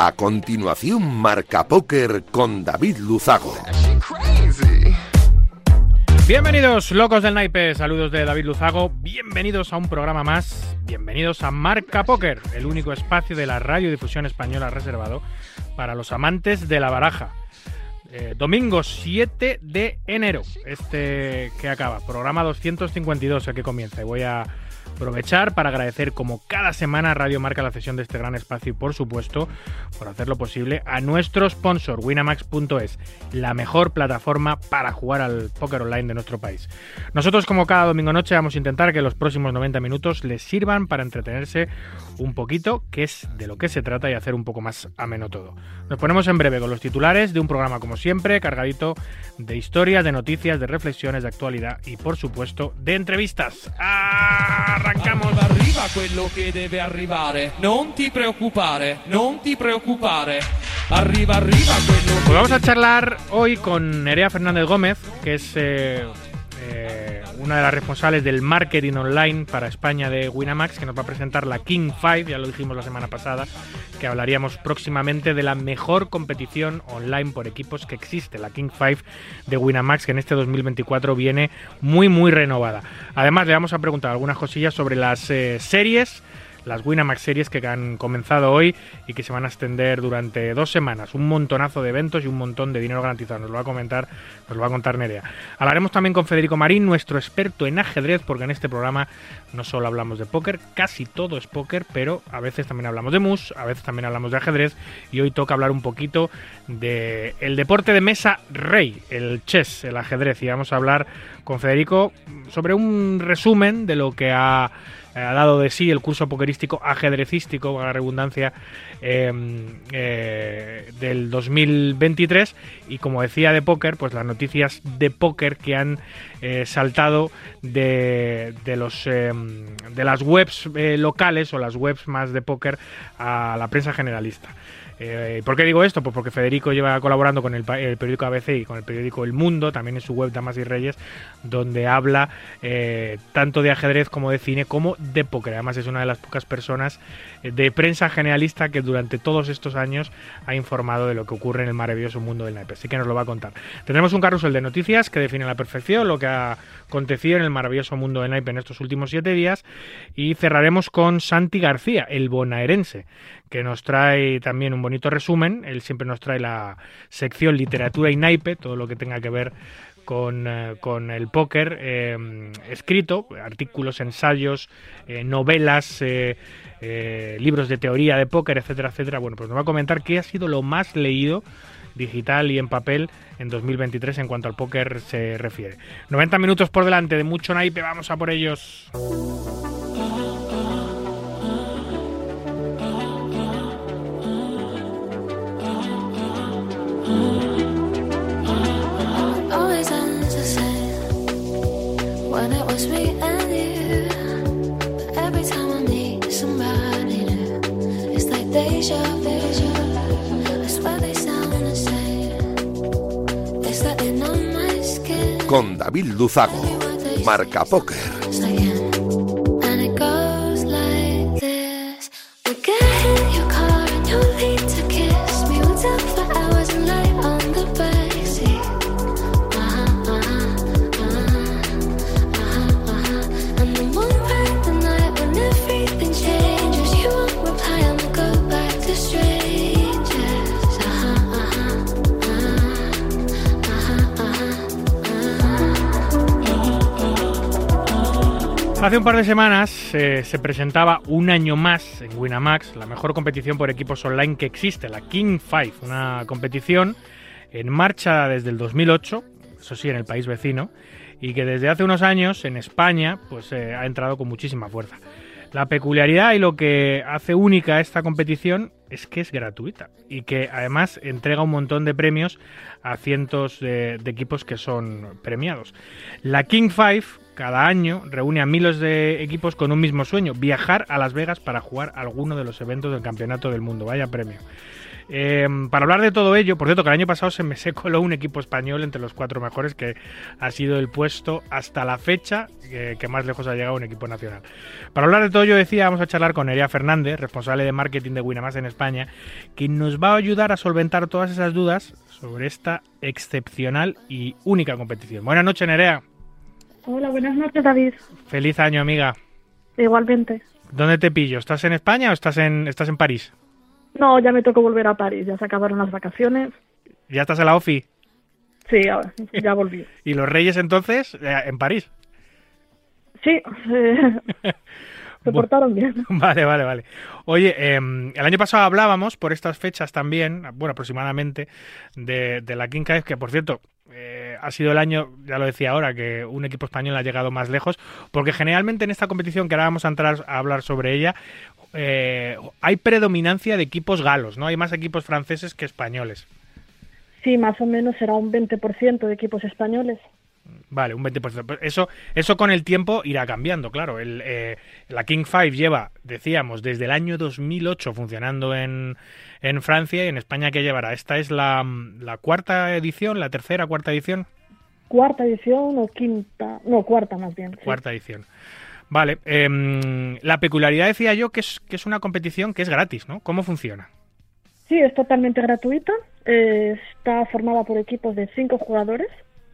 A continuación, Marca Póker con David Luzago. Bienvenidos, locos del naipe, saludos de David Luzago, bienvenidos a un programa más, bienvenidos a Marca Póker, el único espacio de la radiodifusión española reservado para los amantes de la baraja. Domingo 7 de enero, este que acaba, programa 252, el que comienza, y voy a aprovechar para agradecer como cada semana a Radio Marca la cesión de este gran espacio y por supuesto por hacerlo posible a nuestro sponsor Winamax.es, la mejor plataforma para jugar al póker online de nuestro país. Nosotros como cada domingo noche vamos a intentar que los próximos 90 minutos les sirvan para entretenerse un poquito, que es de lo que se trata, y hacer un poco más ameno todo. Nos ponemos en breve con los titulares de un programa como siempre cargadito de historias, de noticias, de reflexiones, de actualidad y por supuesto de entrevistas. Arrancamos. Arriva quello che deve arrivare. Non ti preoccupare, non ti preoccupare. Arriva quello. Pues vamos a charlar hoy con Nerea Fernández Gómez, que es una de las responsables del marketing online para España de Winamax, que nos va a presentar la King 5, ya lo dijimos la semana pasada, que hablaríamos próximamente de la mejor competición online por equipos que existe, la King 5 de Winamax, que en este 2024 viene muy renovada. Además le vamos a preguntar algunas cosillas sobre las series, las Winamax series que han comenzado hoy y que se van a extender durante 2 semanas. Un montonazo de eventos y un montón de dinero garantizado. Nos lo va a contar Nerea. Hablaremos también con Federico Marín, nuestro experto en ajedrez, porque en este programa no solo hablamos de póker, casi todo es póker, pero a veces también hablamos de mus, a veces también hablamos de ajedrez, y hoy toca hablar un poquito de el deporte de mesa rey, el chess, el ajedrez, y vamos a hablar con Federico sobre un resumen de lo que ha dado de sí el curso pokerístico ajedrecístico, a la redundancia, del 2023, y como decía de póker, pues las noticias de póker que han saltado de las webs locales o las webs más de póker a la prensa generalista. ¿Por qué digo esto? Pues porque Federico lleva colaborando con el periódico ABC y con el periódico El Mundo, también en su web Damas y Reyes, donde habla tanto de ajedrez como de cine como de póker. Además es una de las pocas personas de prensa generalista que durante todos estos años ha informado de lo que ocurre en el maravilloso mundo del naipe, así que nos lo va a contar. Tendremos un carrusel de noticias que define a la perfección lo que ha acontecido en el maravilloso mundo del naipe en estos últimos 7 días, y cerraremos con Santi García, el bonaerense, que nos trae también un bonito resumen. Él siempre nos trae la sección literatura y naipe, todo lo que tenga que ver con el póker escrito, artículos, ensayos, novelas, libros de teoría de póker, etcétera, etcétera. Bueno, pues nos va a comentar qué ha sido lo más leído digital y en papel en 2023 en cuanto al póker se refiere. 90 minutos por delante de mucho naipe, vamos a por ellos. Con David Luzago, Marca Póker. Hace un par de semanas se presentaba un año más en Winamax la mejor competición por equipos online que existe, la King 5, una competición en marcha desde el 2008, eso sí, en el país vecino, y que desde hace unos años en España pues ha entrado con muchísima fuerza. La peculiaridad y lo que hace única esta competición es que es gratuita y que además entrega un montón de premios a cientos de equipos que son premiados. La King 5 cada año reúne a miles de equipos con un mismo sueño: viajar a Las Vegas para jugar alguno de los eventos del Campeonato del Mundo. Vaya premio. Para hablar de todo ello, por cierto, que el año pasado se me coló un equipo español entre los 4 mejores, que ha sido el puesto hasta la fecha que más lejos ha llegado un equipo nacional. Para hablar de todo ello, decía, vamos a charlar con Nerea Fernández, responsable de marketing de Winamax en España, que nos va a ayudar a solventar todas esas dudas sobre esta excepcional y única competición. Buenas noches, Nerea. Hola, buenas noches, David. Feliz año, amiga. Igualmente. ¿Dónde te pillo? ¿Estás en España o estás en París? No, ya me tocó volver a París, ya se acabaron las vacaciones. ¿Ya estás en la OFI? Sí, ya volví. ¿Y los Reyes entonces en París? Sí, se portaron bien. Vale. Oye, el año pasado hablábamos por estas fechas también, bueno, aproximadamente, de la King Five, que por cierto, ha sido el año, ya lo decía ahora, que un equipo español ha llegado más lejos, porque generalmente en esta competición, que ahora vamos a entrar a hablar sobre ella, hay predominancia de equipos galos, ¿no? Hay más equipos franceses que españoles. Sí, más o menos será un 20% de equipos españoles. Vale, un 20%. Eso con el tiempo irá cambiando, claro. La King Five lleva, decíamos, desde el año 2008 funcionando en Francia, y en España, ¿qué llevará? ¿Esta es la cuarta edición, la tercera, cuarta edición? Cuarta edición o quinta, no, cuarta más bien. Sí. Cuarta edición. Vale, la peculiaridad, decía yo, que es una competición que es gratis, ¿no? ¿Cómo funciona? Sí, es totalmente gratuita, está formada por equipos de 5 jugadores.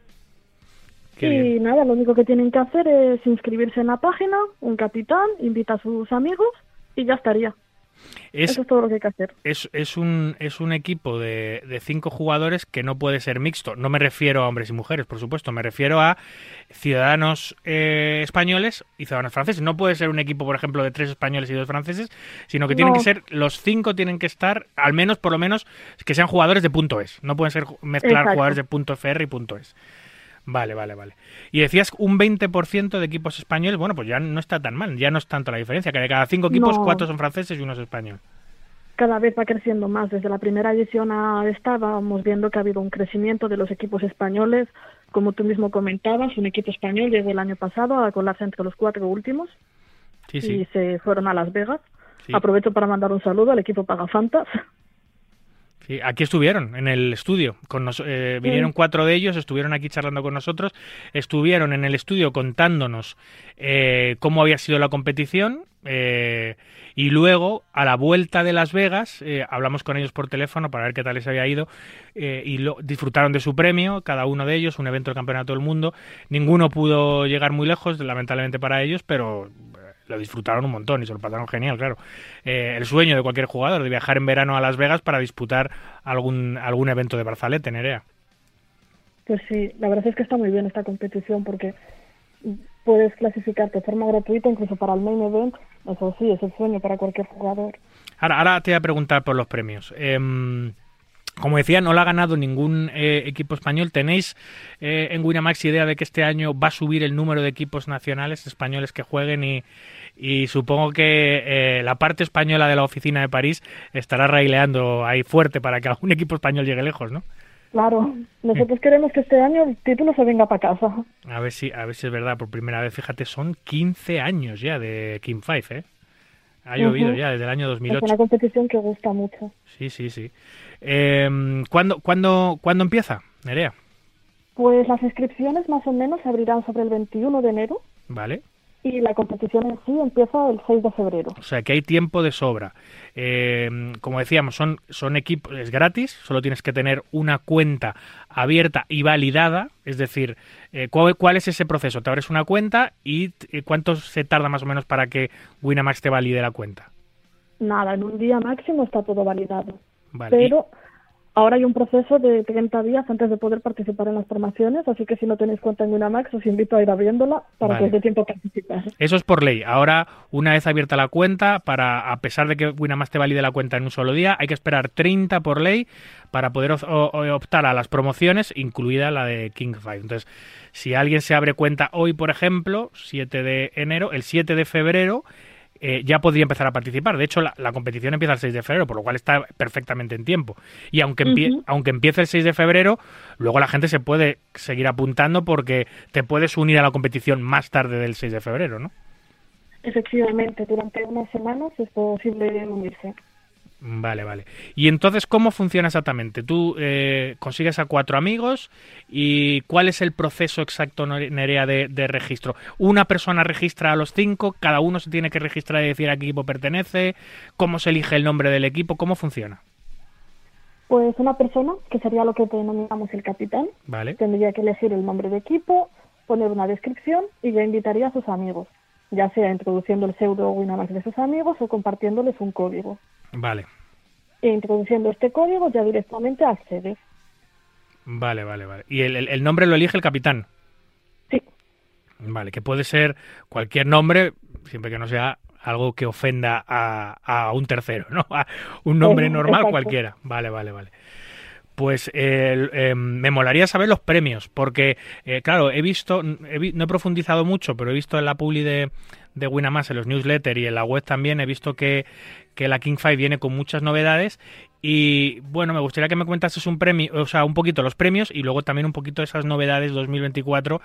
Qué y bien. nada, lo único que tienen que hacer es inscribirse en la página, un capitán, invita a sus amigos y ya estaría. Eso es todo lo que hay que hacer. Es un equipo de 5 jugadores que no puede ser mixto. No me refiero a hombres y mujeres, por supuesto. Me refiero a ciudadanos españoles y ciudadanos franceses. No puede ser un equipo, por ejemplo, de 3 españoles y 2 franceses, sino que tienen que ser, los 5 tienen que estar, al menos, por lo menos, que sean jugadores de .es. No pueden ser mezclar Exacto. jugadores de .fr y .es. Vale. Y decías un 20% de equipos españoles, bueno, pues ya no está tan mal, ya no es tanto la diferencia, que de cada 5 equipos, No. 4 son franceses y 1 es español. Cada vez va creciendo más. Desde la primera edición a esta vamos viendo que ha habido un crecimiento de los equipos españoles. Como tú mismo comentabas, un equipo español llegó el año pasado a colarse entre los 4 últimos Sí. y se fueron a Las Vegas. Sí. Aprovecho para mandar un saludo al equipo Pagafantas. Sí, aquí estuvieron, en el estudio. Vinieron 4 de ellos, estuvieron aquí charlando con nosotros, estuvieron en el estudio contándonos cómo había sido la competición, y luego, a la vuelta de Las Vegas, hablamos con ellos por teléfono para ver qué tal les había ido, y disfrutaron de su premio, cada uno de ellos, un evento del Campeonato del Mundo. Ninguno pudo llegar muy lejos, lamentablemente para ellos, pero lo disfrutaron un montón y se lo pasaron genial, claro. El sueño de cualquier jugador, de viajar en verano a Las Vegas para disputar algún evento de Brazalete, Nerea. Pues sí, la verdad es que está muy bien esta competición porque puedes clasificarte de forma gratuita incluso para el main event. Eso sí, es el sueño para cualquier jugador. Ahora te voy a preguntar por los premios. Como decía, no lo ha ganado ningún equipo español. ¿Tenéis en Winamax idea de que este año va a subir el número de equipos nacionales españoles que jueguen? Y supongo que la parte española de la oficina de París estará raileando ahí fuerte para que algún equipo español llegue lejos, ¿no? Claro, nosotros queremos que este año el título se venga para casa. A ver si es verdad, por primera vez, fíjate, son 15 años ya de King Five, ¿eh? Ha llovido ya desde el año 2008. Es una competición que gusta mucho. Sí. ¿Cuándo empieza, Nerea? Pues las inscripciones más o menos se abrirán sobre el 21 de enero. Vale. Y la competición en sí empieza el 6 de febrero. O sea que hay tiempo de sobra. Como decíamos, son equipos, es gratis, solo tienes que tener una cuenta abierta y validada. Es decir, ¿cuál es ese proceso? Te abres una cuenta y ¿cuánto se tarda más o menos para que Winamax te valide la cuenta? Nada, en un día máximo está todo validado. Vale. Pero ahora hay un proceso de 30 días antes de poder participar en las formaciones, así que si no tenéis cuenta en Winamax os invito a ir abriéndola para que os dé tiempo a participar. Eso es por ley. Ahora, una vez abierta la cuenta, a pesar de que Winamax te valide la cuenta en un solo día, hay que esperar 30 por ley para poder optar a las promociones, incluida la de King Five. Entonces, si alguien se abre cuenta hoy, por ejemplo, 7 de enero, el 7 de febrero, ya podría empezar a participar. De hecho, la competición empieza el 6 de febrero, por lo cual está perfectamente en tiempo. Y aunque empiece el 6 de febrero, luego la gente se puede seguir apuntando porque te puedes unir a la competición más tarde del 6 de febrero, ¿no? Efectivamente, durante unas semanas es posible unirse. Vale, vale. Y entonces, ¿cómo funciona exactamente? Tú consigues a 4 amigos y ¿cuál es el proceso exacto, Nerea, de registro? ¿Una persona registra a los 5? ¿Cada uno se tiene que registrar y decir a qué equipo pertenece? ¿Cómo se elige el nombre del equipo? ¿Cómo funciona? Pues una persona, que sería lo que denominamos el capitán, Vale. tendría que elegir el nombre de equipo, poner una descripción y ya invitaría a sus amigos, ya sea introduciendo el pseudo Winamax de sus amigos o compartiéndoles un código. Vale. E introduciendo este código ya directamente accedes. Vale, vale, vale. ¿Y el nombre lo elige el capitán? Sí. Vale, que puede ser cualquier nombre, siempre que no sea algo que ofenda a un tercero, ¿no? A un nombre normal Exacto. cualquiera. Vale, vale, vale. Pues me molaría saber los premios, porque, claro, no he profundizado mucho, pero he visto en la publi de Winamax, en los newsletters y en la web también, he visto que la King 5 viene con muchas novedades y, bueno, me gustaría que me comentases un poquito los premios y luego también un poquito esas novedades 2024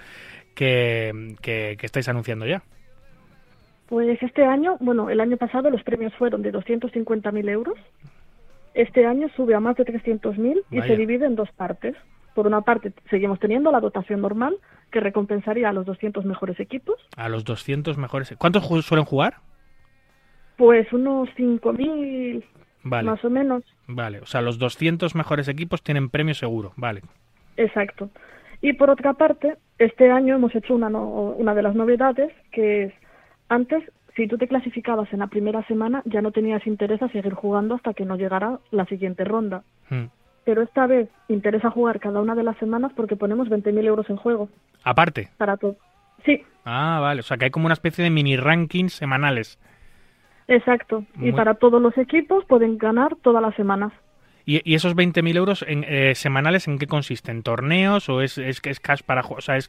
que estáis anunciando ya. Pues este año, bueno, el año pasado los premios fueron de 250.000 euros. Este año sube a más de 300.000 y Vaya. se divide en dos partes. Por una parte, seguimos teniendo la dotación normal, que recompensaría a los 200 mejores equipos. A los 200 mejores. ¿Cuántos suelen jugar? Pues unos 5.000, Vale. más o menos. Vale, o sea, los 200 mejores equipos tienen premio seguro. Vale. Exacto. Y por otra parte, este año hemos hecho una de las novedades, que es, antes, si tú te clasificabas en la primera semana, ya no tenías interés a seguir jugando hasta que no llegara la siguiente ronda. Pero esta vez interesa jugar cada una de las semanas porque ponemos 20.000 euros en juego. Aparte. Para todo. Sí, Ah, vale, o sea, que hay como una especie de mini rankings semanales. exacto. Y Muy- para todos los equipos pueden ganar todas las semanas. ¿Y esos 20.000 euros semanales en qué consisten? ¿Torneos o es cash para jugar? O sea,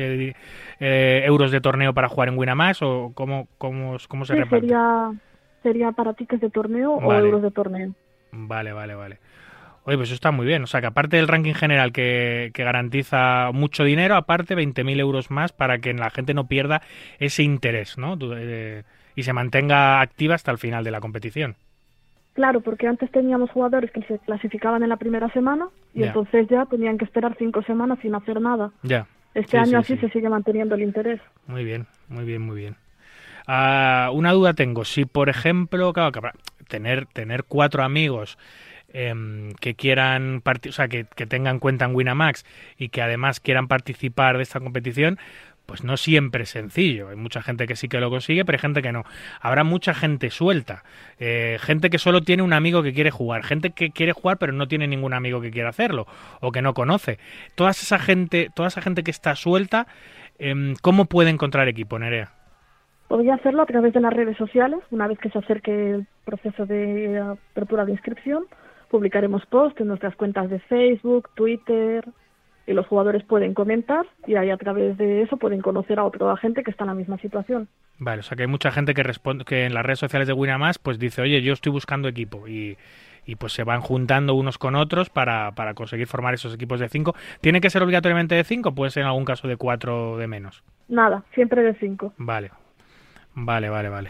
euros de torneo para jugar en Winamax o cómo se Sí, reparte? sería para tickets de torneo o Vale. euros de torneo. Vale, vale, vale. Oye, pues eso está muy bien. O sea, que aparte del ranking general que garantiza mucho dinero, aparte 20.000 euros más para que la gente no pierda ese interés, ¿no? Y se mantenga activa hasta el final de la competición. Claro, porque antes teníamos jugadores que se clasificaban en la primera semana y Ya. entonces ya tenían que esperar 5 semanas sin hacer nada. Ya. Este Sí, año sí, así sí. se sigue manteniendo el interés. Muy bien, muy bien, muy bien. Una duda tengo. Si, por ejemplo, claro, tener 4 amigos que quieran o sea, que tengan cuenta en Winamax y que además quieran participar de esta competición, pues no siempre es sencillo. Hay mucha gente que sí que lo consigue, pero hay gente que no. Habrá mucha gente suelta, gente que solo tiene un amigo que quiere jugar, gente que quiere jugar pero no tiene ningún amigo que quiera hacerlo o que no conoce. Toda esa gente que está suelta, ¿cómo puede encontrar equipo, Nerea? Podría hacerlo a través de las redes sociales. Una vez que se acerque el proceso de apertura de inscripción, publicaremos posts en nuestras cuentas de Facebook, Twitter, y los jugadores pueden comentar y ahí a través de eso pueden conocer a otra gente que está en la misma situación. Vale, o sea que hay mucha gente que responde, que en las redes sociales de Winamax pues dice, oye, yo estoy buscando equipo y pues se van juntando unos con otros para conseguir formar esos equipos de 5. ¿Tiene que ser obligatoriamente de 5 o puede ser en algún caso de 4 de menos? Nada, siempre de 5. Vale, vale, vale, vale.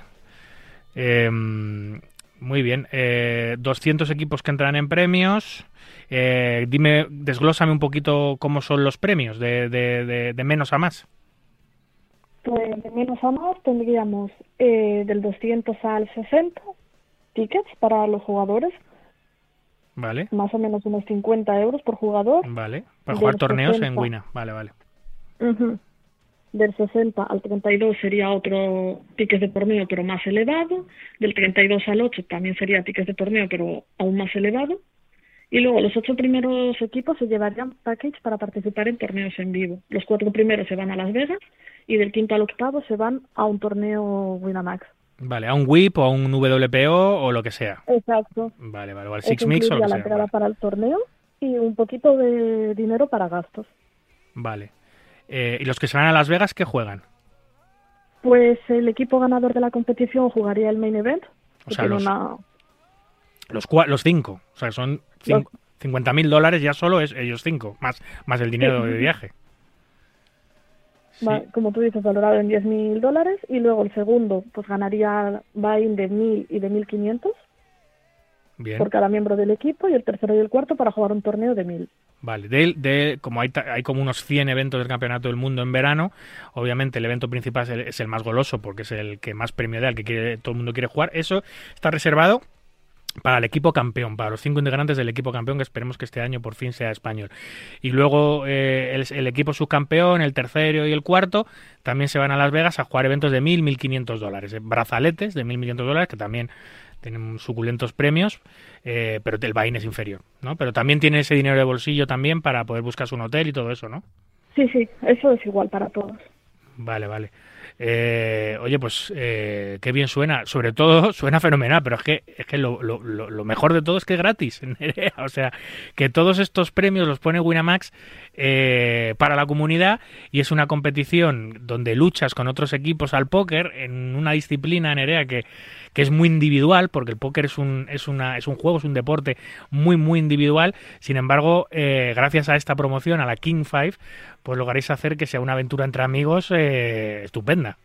Muy bien. 200 equipos que entran en premios. Desglósame un poquito cómo son los premios, de menos a más. Pues de menos a más tendríamos del 200 al 60 tickets para los jugadores, Vale, más o menos unos 50 euros por jugador. vale. Para jugar Del torneos 60. en Wina. Vale, vale. Ujú. Del 60 al 32 sería otro ticket de torneo, pero más elevado. Del 32 al 8 también sería tickets de torneo, pero aún más elevado. Y luego los 8 primeros equipos se llevarían package para participar en torneos en vivo. Los 4 primeros se van a Las Vegas y del 5º al 8º se van a un torneo Winamax. Vale, a un WIP o a un WPO o lo que sea. Exacto. Vale, vale, vale. Eso Six Mix o lo incluiría que la sea. entrada Vale. para el torneo y un poquito de dinero para gastos. Vale. ¿Y los que se van a Las Vegas qué juegan? Pues el equipo ganador de la competición jugaría el main event. O que sea, tiene los 5. O sea, son $50.000 ya solo es ellos 5, más el dinero de viaje. Sí. como tú dices, valorado en $10.000 y luego el segundo pues ganaría buy-in de 1.000 y de 1.500 Bien. por cada miembro del equipo, y el tercero y el cuarto para jugar un torneo de 1.000. Vale, como hay como unos 100 eventos del Campeonato del Mundo en verano, obviamente el evento principal es el más goloso porque es el que más premio da, el que todo el mundo quiere jugar. Eso está reservado para el equipo campeón, para los 5 integrantes del equipo campeón, que esperemos que este año por fin sea español. Y luego el equipo subcampeón, el tercero y el cuarto, también se van a Las Vegas a jugar eventos de $1.000, $1.500. Brazaletes de $1.500, que también tienen suculentos premios, pero el buy-in es inferior, ¿no? Pero también tiene ese dinero de bolsillo también para poder buscarse un hotel y todo eso, ¿no? Sí, eso es igual para todos. Vale. Oye, pues qué bien suena. Sobre todo suena fenomenal, pero es que lo mejor de todo es que es gratis. O sea, que todos estos premios los pone Winamax para la comunidad, y es una competición donde luchas con otros equipos al póker en una disciplina, Nerea, que es muy individual, porque el póker es un juego, es un deporte muy, muy individual. Sin embargo, gracias a esta promoción, a la King 5, pues lograréis hacer que sea una aventura entre amigos estupenda.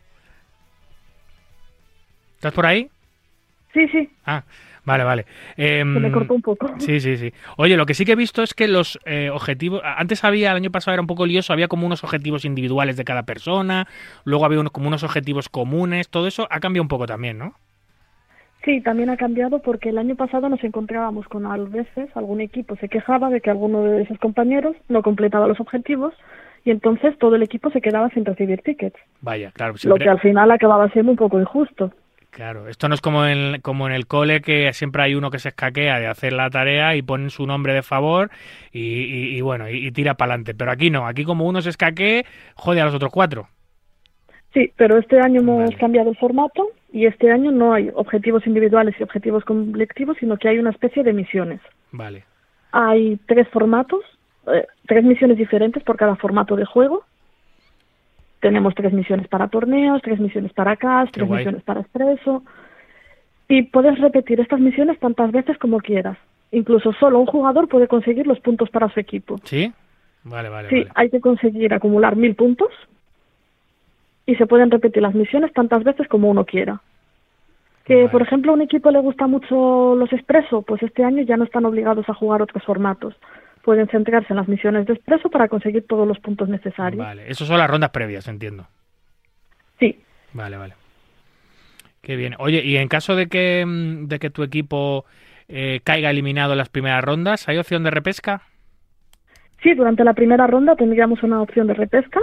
¿Estás por ahí? Sí. Ah, vale. Se me cortó un poco. Sí. Oye, lo que sí que he visto es que los objetivos... Antes el año pasado era un poco lioso, había como unos objetivos individuales de cada persona, luego había como unos objetivos comunes, todo eso ha cambiado un poco también, ¿no? Sí, también ha cambiado porque el año pasado nos encontrábamos con a veces algún equipo se quejaba de que alguno de sus compañeros no completaba los objetivos, y entonces todo el equipo se quedaba sin recibir tickets. Vaya, claro. Lo que al final acababa siendo un poco injusto. Claro, esto no es como en el cole, que siempre hay uno que se escaquea de hacer la tarea y pone su nombre de favor y bueno, y tira para adelante. Pero aquí no, aquí como uno se escaquee, jode a los otros 4. Sí, pero este año hemos cambiado el formato, y este año no hay objetivos individuales y objetivos colectivos, sino que hay una especie de misiones. Vale. Hay 3 formatos, 3 misiones diferentes por cada formato de juego. Tenemos 3 misiones para torneos, 3 misiones para cash, 3 misiones para expreso. Y puedes repetir estas misiones tantas veces como quieras. Incluso solo un jugador puede conseguir los puntos para su equipo. ¿Sí? Vale. Sí, hay que conseguir acumular 1.000 puntos. Y se pueden repetir las misiones tantas veces como uno quiera. Por ejemplo, a un equipo le gusta mucho los expreso, pues este año ya no están obligados a jugar otros formatos. Pueden centrarse en las misiones de expreso para conseguir todos los puntos necesarios. Vale, eso son las rondas previas, entiendo. Sí. Vale. Qué bien. Oye, y en caso de que tu equipo caiga eliminado en las primeras rondas, ¿hay opción de repesca? Sí, durante la primera ronda tendríamos una opción de repesca.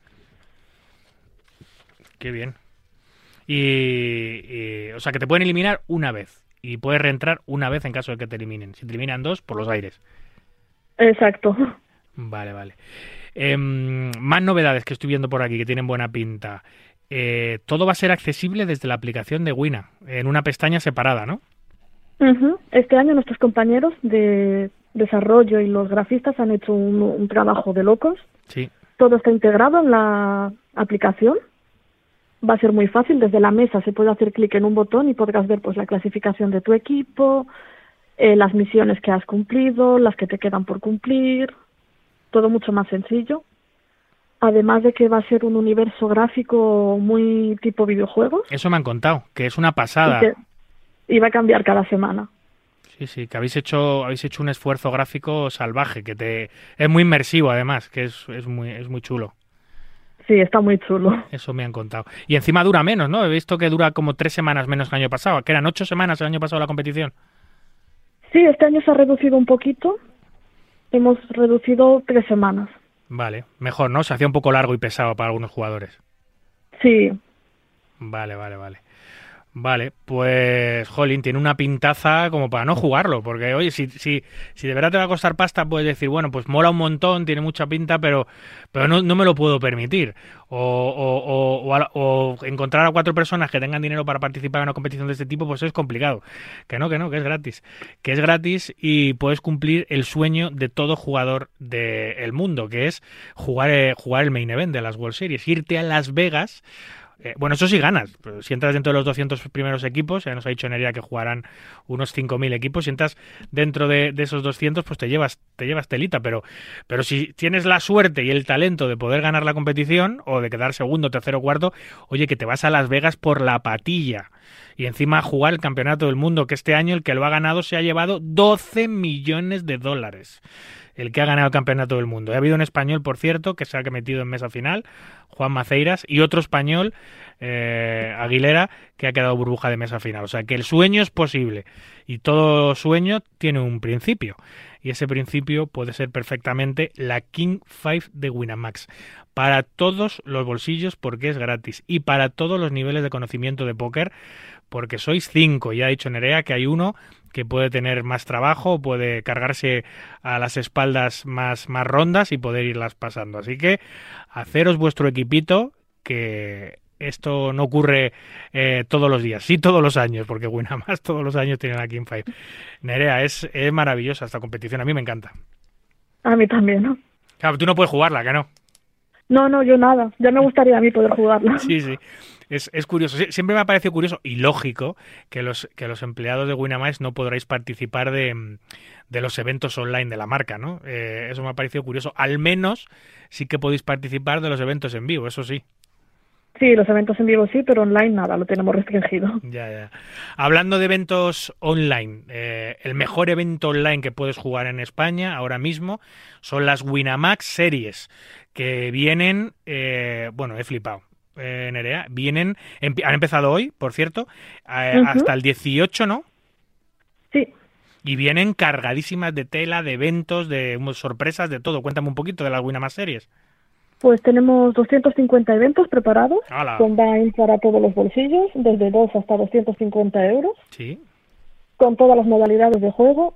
Qué bien. Y o sea, que te pueden eliminar una vez y puedes reentrar una vez en caso de que te eliminen. Si te eliminan 2, por los aires. Exacto. Vale. Más novedades que estoy viendo por aquí que tienen buena pinta. Todo va a ser accesible desde la aplicación de Wina, en una pestaña separada, ¿no? Este año nuestros compañeros de desarrollo y los grafistas han hecho un trabajo de locos. Sí. Todo está integrado en la aplicación. Va a ser muy fácil, desde la mesa se puede hacer clic en un botón y podrás ver pues la clasificación de tu equipo, las misiones que has cumplido, las que te quedan por cumplir, todo mucho más sencillo. Además de que va a ser un universo gráfico muy tipo videojuegos. Eso me han contado, que es una pasada. Y va a cambiar cada semana. Sí, que habéis hecho un esfuerzo gráfico salvaje, que es muy inmersivo además, que es muy chulo. Sí, está muy chulo. Eso me han contado. Y encima dura menos, ¿no? He visto que dura como 3 semanas menos que el año pasado, que eran 8 semanas el año pasado la competición. Sí, este año se ha reducido un poquito. Hemos reducido 3 semanas. Vale, mejor, ¿no? Se hacía un poco largo y pesado para algunos jugadores. Sí. Vale. Vale, pues, jolín, tiene una pintaza como para no jugarlo, porque, oye, si de verdad te va a costar pasta, puedes decir, bueno, pues mola un montón, tiene mucha pinta, pero no me lo puedo permitir. O encontrar a 4 personas que tengan dinero para participar en una competición de este tipo, pues es complicado. Que es gratis. Que es gratis y puedes cumplir el sueño de todo jugador del mundo, que es jugar el main event de las World Series, irte a Las Vegas. Bueno, eso sí ganas. Si entras dentro de los 200 primeros equipos, ya nos ha dicho Nerea que jugarán unos 5.000 equipos. Si entras dentro de esos 200, pues te llevas telita. Pero si tienes la suerte y el talento de poder ganar la competición o de quedar segundo, tercero, cuarto, oye, que te vas a Las Vegas por la patilla. Y encima jugar el campeonato del mundo, que este año el que lo ha ganado se ha llevado 12 millones de dólares. El que ha ganado el campeonato del mundo. Ha habido un español, por cierto, que se ha metido en mesa final, Juan Maceiras, y otro español, Aguilera, que ha quedado burbuja de mesa final. O sea que el sueño es posible y todo sueño tiene un principio. Y ese principio puede ser perfectamente la King 5 de Winamax. Para todos los bolsillos porque es gratis. Y para todos los niveles de conocimiento de póker porque sois 5. Ya ha dicho Nerea que hay uno que puede tener más trabajo, puede cargarse a las espaldas más rondas y poder irlas pasando. Así que haceros vuestro equipito, que esto no ocurre todos los días, sí todos los años, porque Winamax todos los años tiene la King 5. Nerea, es maravillosa esta competición, a mí me encanta. A mí también, ¿no? Claro, tú no puedes jugarla, ¿que no? No, yo nada. Ya me gustaría a mí poder jugarla. Sí. Es curioso. Siempre me ha parecido curioso y lógico que los empleados de Winamax no podréis participar de los eventos online de la marca, ¿no? Eso me ha parecido curioso. Al menos sí que podéis participar de los eventos en vivo, eso sí. Sí, los eventos en vivo sí, pero online nada, lo tenemos restringido. Ya. Hablando de eventos online, el mejor evento online que puedes jugar en España ahora mismo son las Winamax Series, que vienen, he flipado, Nerea, han empezado hoy, por cierto, hasta el 18, ¿no? Sí. Y vienen cargadísimas de tela, de eventos, de sorpresas, de todo. Cuéntame un poquito de las Winamax Series. Pues tenemos 250 eventos preparados, ¡Hala! Con buy-in para todos los bolsillos, desde 2 hasta 250 euros, Sí. con todas las modalidades de juego,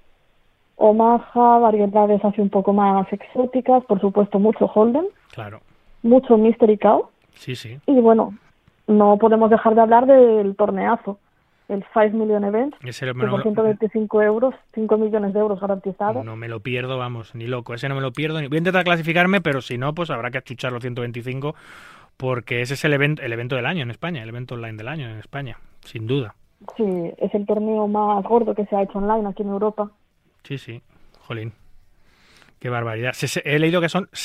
Omaha, variedades así un poco más exóticas, por supuesto mucho Hold'em, Claro. mucho Mystery Cow, Sí. y bueno, no podemos dejar de hablar del torneazo, el 5 Million Event, Ese que por 125 euros, 5 millones de euros garantizados. No me lo pierdo, vamos, ni loco. Ese no me lo pierdo. Voy a intentar clasificarme, pero si no, pues habrá que achuchar los 125, porque ese es el evento del año en España, el evento online del año en España, sin duda. Sí, es el torneo más gordo que se ha hecho online aquí en Europa. Sí. Jolín. Qué barbaridad. He leído que son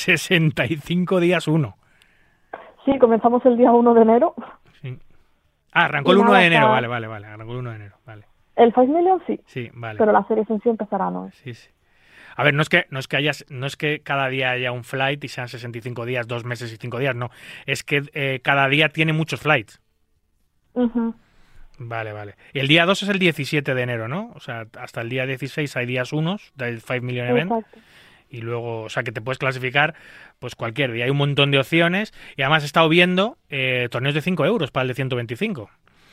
65 días uno. Sí, comenzamos el día 1 de enero. Sí. Arrancó el 1 de enero, vale. Arrancó el 1 de enero, vale. El 5 Million sí. Sí, vale. Pero la serie en sí empezará, ¿no? Sí. A ver, no es que cada día haya un flight y sean 65 días, 2 meses y 5 días, no. Es que cada día tiene muchos flights. Uh-huh. Vale. Y el día 2 es el 17 de enero, ¿no? O sea, hasta el día 16 hay días unos del 5 Million Event. Exacto. Y luego, o sea, que te puedes clasificar pues cualquier día. Hay un montón de opciones. Y además he estado viendo torneos de 5 euros para el de 125.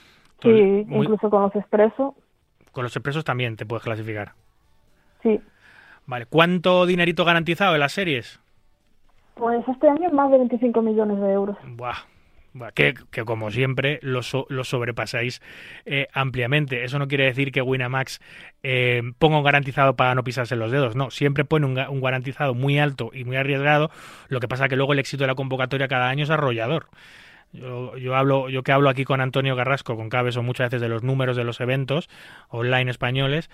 Sí, incluso con los expresos. Con los expresos también te puedes clasificar. Sí. Vale. ¿Cuánto dinerito garantizado en las series? Pues este año más de 25 millones de euros. Buah. Que como siempre lo sobrepasáis ampliamente. Eso no quiere decir que Winamax ponga un garantizado para no pisarse los dedos. No, siempre pone un garantizado muy alto y muy arriesgado. Lo que pasa es que luego el éxito de la convocatoria cada año es arrollador. Yo que hablo aquí con Antonio Carrasco, con Cabezo, muchas veces de los números de los eventos online españoles,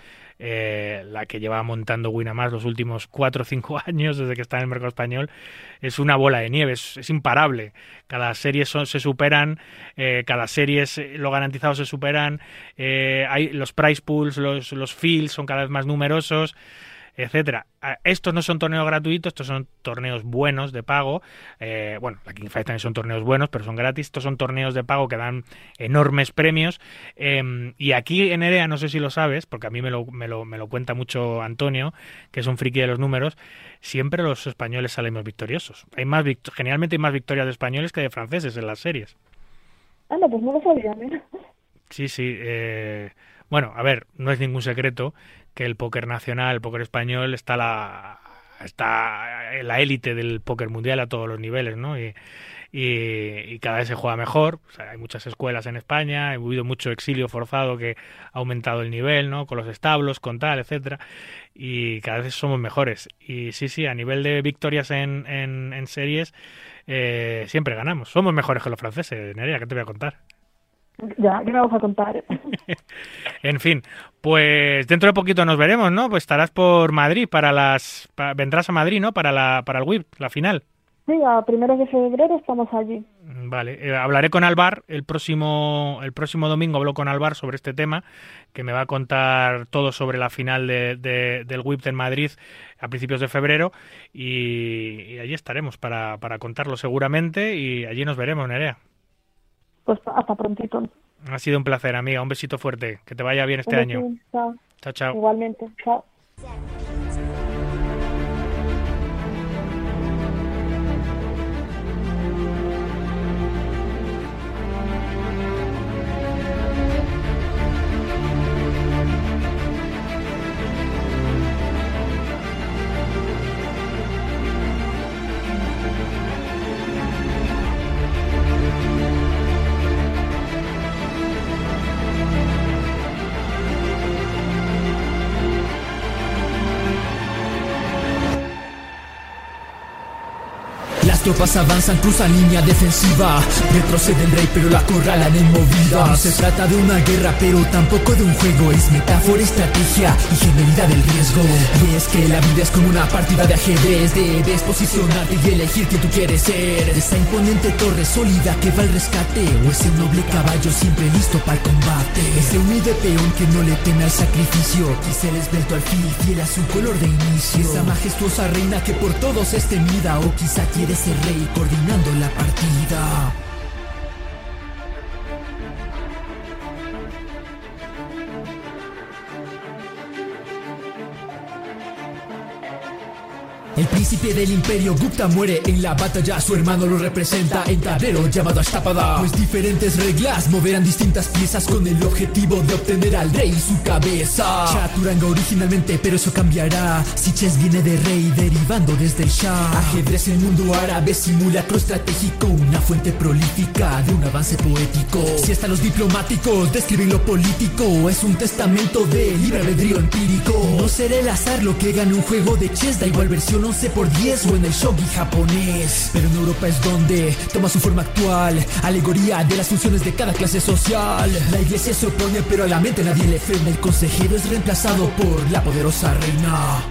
la que lleva montando Winamax los últimos 4 o 5 años desde que está en el mercado español, es una bola de nieve, es imparable. Cada serie se superan, cada serie lo garantizado se superan, hay los price pools, los fields son cada vez más numerosos, etcétera. Estos no son torneos gratuitos, estos son torneos buenos de pago. La King 5 también son torneos buenos, pero son gratis. Estos son torneos de pago que dan enormes premios. Y aquí en Nerea, no sé si lo sabes, porque a mí me lo cuenta mucho Antonio, que es un friki de los números, siempre los españoles salen más victoriosos. Generalmente hay más victorias de españoles que de franceses en las series. Anda, pues no lo sabía, mira. Sí. Bueno, a ver, no es ningún secreto que el póker nacional, el póker español, está en la élite del póker mundial a todos los niveles, ¿no? Y cada vez se juega mejor. O sea, hay muchas escuelas en España, ha habido mucho exilio forzado que ha aumentado el nivel, ¿no? Con los establos, con tal, etcétera. Y cada vez somos mejores. Y sí, a nivel de victorias en series, siempre ganamos. Somos mejores que los franceses, Nerea, ¿qué te voy a contar? Ya, ¿qué me vas a contar? En fin, pues dentro de poquito nos veremos, ¿no? Pues estarás por Madrid vendrás a Madrid, ¿no? Para el WIP, la final. Sí, a 1 de febrero estamos allí. Vale, hablaré con Alvar el próximo domingo, hablo con Alvar sobre este tema, que me va a contar todo sobre la final del WIPT en Madrid a principios de febrero y allí estaremos para contarlo seguramente y allí nos veremos, Nerea. Pues hasta prontito. Ha sido un placer, amiga, un besito fuerte, que te vaya bien este año. Chao. Chao, chao. Igualmente, chao. Las tropas avanzan, cruzan línea defensiva. Retrocede el rey pero la acorralan en movida. No se trata de una guerra pero tampoco de un juego. Es metáfora, estrategia y genialidad del riesgo. Y es que la vida es como una partida de ajedrez. Debes posicionarte y elegir quién tú quieres ser. Esa imponente torre sólida que va al rescate, o ese noble caballo siempre listo para el combate. Ese humilde peón que no le teme al sacrificio, quizá el esbelto alfil fiel a su color de inicio. Esa majestuosa reina que por todos es temida, o quizá quiere ser rey coordinando la partida. El príncipe del imperio Gupta muere en la batalla. Su hermano lo representa en tablero llamado Ashtapada. Pues diferentes reglas moverán distintas piezas con el objetivo de obtener al rey y su cabeza. Chaturanga originalmente, pero eso cambiará. Si chess viene de rey derivando desde el Shah. Ajedrez en mundo árabe, simulacro estratégico, una fuente prolífica de un avance poético. Si hasta los diplomáticos describen lo político, es un testamento de libre albedrío empírico. No será el azar lo que gane un juego de chess, da igual versión 11x10 o en el shogi japonés. Pero en Europa es donde toma su forma actual, alegoría de las funciones de cada clase social. La iglesia se opone pero a la mente nadie le frena. El consejero es reemplazado por la poderosa reina.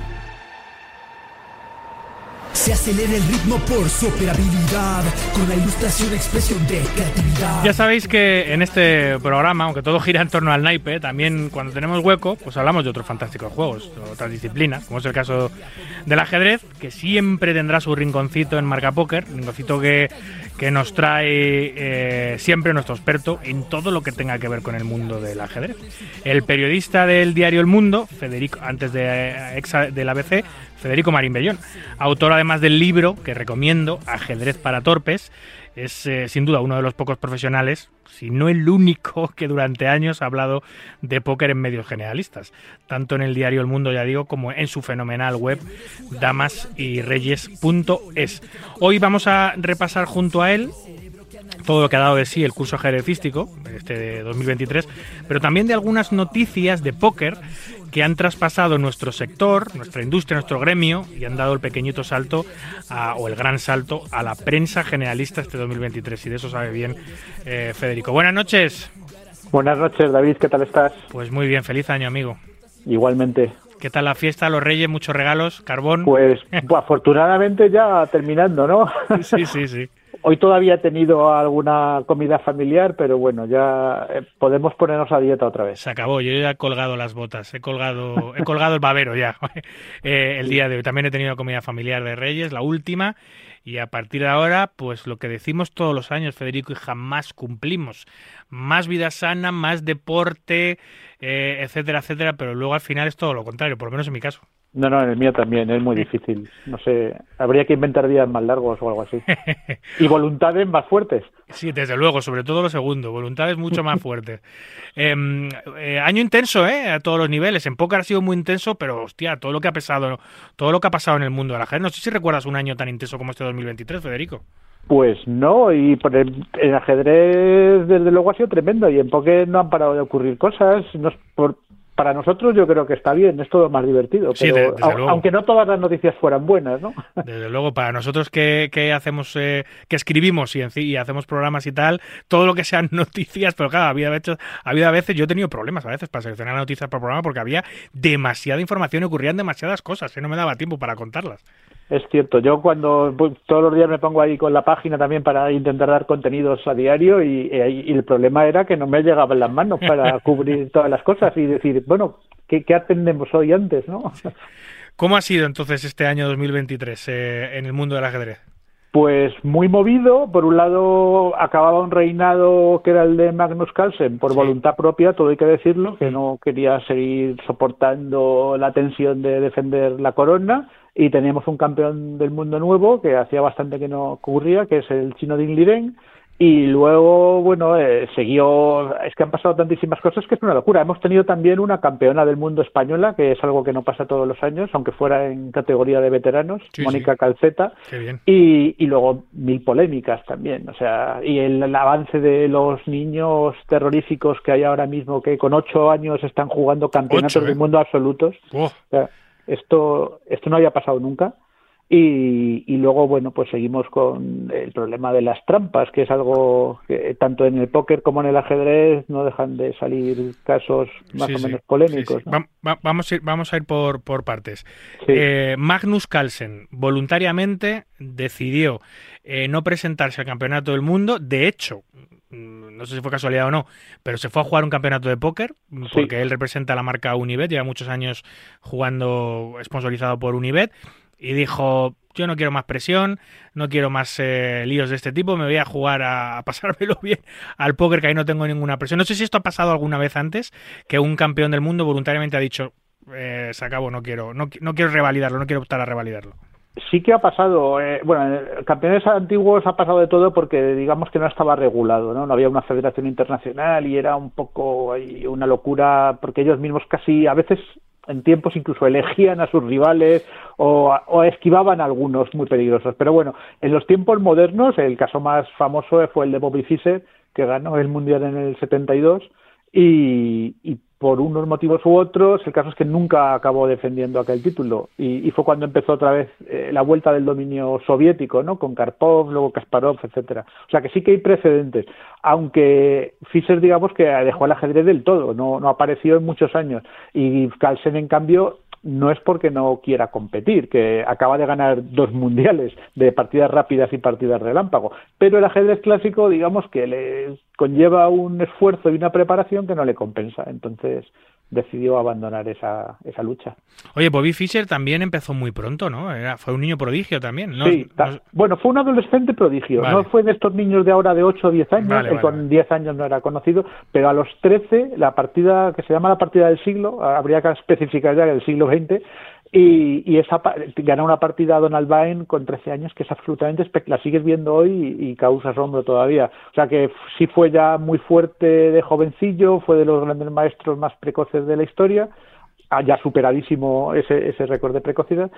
Se acelera el ritmo por su operabilidad, con la ilustración, expresión de creatividad. Ya sabéis que en este programa, aunque todo gira en torno al naipe, también cuando tenemos hueco, pues hablamos de otros fantásticos juegos, otras disciplinas, como es el caso del ajedrez, que siempre tendrá su rinconcito en Marca Póker, rinconcito que nos trae siempre nuestro experto en todo lo que tenga que ver con el mundo del ajedrez. El periodista del diario El Mundo, Federico, antes del ABC, Federico Marín Bellón, autor además del libro que recomiendo, Ajedrez para torpes. Es sin duda uno de los pocos profesionales, si no el único, que durante años ha hablado de póker en medios generalistas, tanto en el diario El Mundo, ya digo, como en su fenomenal web damasyreyes.es. Hoy vamos a repasar junto a él todo lo que ha dado de sí el curso ajedrecístico de 2023, pero también de algunas noticias de póker que han traspasado nuestro sector, nuestra industria, nuestro gremio, y han dado el pequeñito salto o el gran salto a la prensa generalista este 2023, y de eso sabe bien Federico. Buenas noches. Buenas noches, David, ¿qué tal estás? Pues muy bien, feliz año, amigo. Igualmente. ¿Qué tal la fiesta, los Reyes, muchos regalos, carbón? Pues afortunadamente ya terminando, ¿no? Sí. Hoy todavía he tenido alguna comida familiar, pero bueno, ya podemos ponernos a dieta otra vez. Se acabó, yo ya he colgado las botas, he colgado el babero ya. El día de hoy también he tenido comida familiar de Reyes, la última, y a partir de ahora, pues lo que decimos todos los años, Federico, y jamás cumplimos. Más vida sana, más deporte, etcétera, etcétera, pero luego al final es todo lo contrario, por lo menos en mi caso. No, en el mío también, es muy difícil. No sé, habría que inventar días más largos o algo así. Y voluntades más fuertes. Sí, desde luego, sobre todo lo segundo, voluntades mucho más fuertes. Año intenso, a todos los niveles. En póker ha sido muy intenso, pero hostia, todo lo que ha pasado en el mundo del ajedrez. No sé si recuerdas un año tan intenso como este 2023, Federico. Pues no, y en ajedrez desde luego ha sido tremendo, y en póker no han parado de ocurrir cosas. Para nosotros yo creo que está bien, es todo más divertido, sí, pero desde luego. Aunque no todas las noticias fueran buenas, ¿no? Desde luego, para nosotros que hacemos, que escribimos y hacemos programas y tal, todo lo que sean noticias, pero claro, había veces, yo he tenido problemas a veces para seleccionar noticias para el programa porque había demasiada información y ocurrían demasiadas cosas, no me daba tiempo para contarlas. Es cierto, yo cuando todos los días me pongo ahí con la página también para intentar dar contenidos a diario y el problema era que no me llegaban las manos para cubrir todas las cosas y decir, bueno, ¿qué atendemos hoy antes, no? ¿Cómo ha sido entonces este año 2023 en el mundo del ajedrez? Pues muy movido. Por un lado, acababa un reinado que era el de Magnus Carlsen por voluntad propia, todo hay que decirlo, que no quería seguir soportando la tensión de defender la corona, y teníamos un campeón del mundo nuevo que hacía bastante que no ocurría, que es el chino Ding Liren. Y luego, bueno, siguió, es que han pasado tantísimas cosas que es una locura. Hemos tenido también una campeona del mundo española, que es algo que no pasa todos los años, aunque fuera en categoría de veteranos, sí, Mónica Calceta. Qué bien. Y luego 1000 polémicas también, o sea, y el avance de los niños terroríficos que hay ahora mismo, que con 8 años están jugando campeonatos del mundo absolutos. O sea, esto no había pasado nunca. Y luego, bueno, pues seguimos con el problema de las trampas, que es algo que tanto en el póker como en el ajedrez no dejan de salir casos más o menos polémicos. Sí. ¿No? Vamos a ir por partes. Sí. Magnus Carlsen voluntariamente decidió no presentarse al campeonato del mundo. De hecho, no sé si fue casualidad o no, pero se fue a jugar un campeonato de póker, porque él representa la marca Unibet, lleva muchos años jugando sponsorizado por Unibet. Y dijo, yo no quiero más presión, no quiero más líos de este tipo, me voy a jugar a pasármelo bien al póker, que ahí no tengo ninguna presión. No sé si esto ha pasado alguna vez antes, que un campeón del mundo voluntariamente ha dicho, se acabó, no quiero revalidarlo, no quiero optar a revalidarlo. Sí que ha pasado, bueno, en campeones antiguos ha pasado de todo porque digamos que no estaba regulado, ¿no? No había una federación internacional y era un poco una locura, porque ellos mismos casi a veces en tiempos incluso elegían a sus rivales o esquivaban a algunos muy peligrosos. Pero bueno, en los tiempos modernos, el caso más famoso fue el de Bobby Fischer, que ganó el Mundial en el 72, y por unos motivos u otros, el caso es que nunca acabó defendiendo aquel título, y fue cuando empezó otra vez la vuelta del dominio soviético, ¿no? Con Karpov, luego Kasparov, etcétera. O sea que sí que hay precedentes, aunque Fischer digamos que dejó el ajedrez del todo, no apareció en muchos años, y Carlsen en cambio no es porque no quiera competir, que acaba de ganar 2 mundiales de partidas rápidas y partidas relámpago, pero el ajedrez clásico digamos que le conlleva un esfuerzo y una preparación que no le compensa, entonces decidió abandonar esa lucha. Oye, Bobby Fischer también empezó muy pronto, ¿no? Fue un niño prodigio también, ¿no? Sí, bueno, fue un adolescente prodigio, vale. No fue de estos niños de ahora de 8 o 10 años, vale. Con 10 años no era conocido, pero a los 13, la partida que se llama la partida del siglo, habría que especificar ya el siglo XX, y gana una partida a Donald Byrne con 13 años que es absolutamente la sigues viendo hoy y causa asombro todavía. O sea que sí fue ya muy fuerte de jovencillo, fue de los grandes maestros más precoces de la historia, ya superadísimo ese récord de precocidad,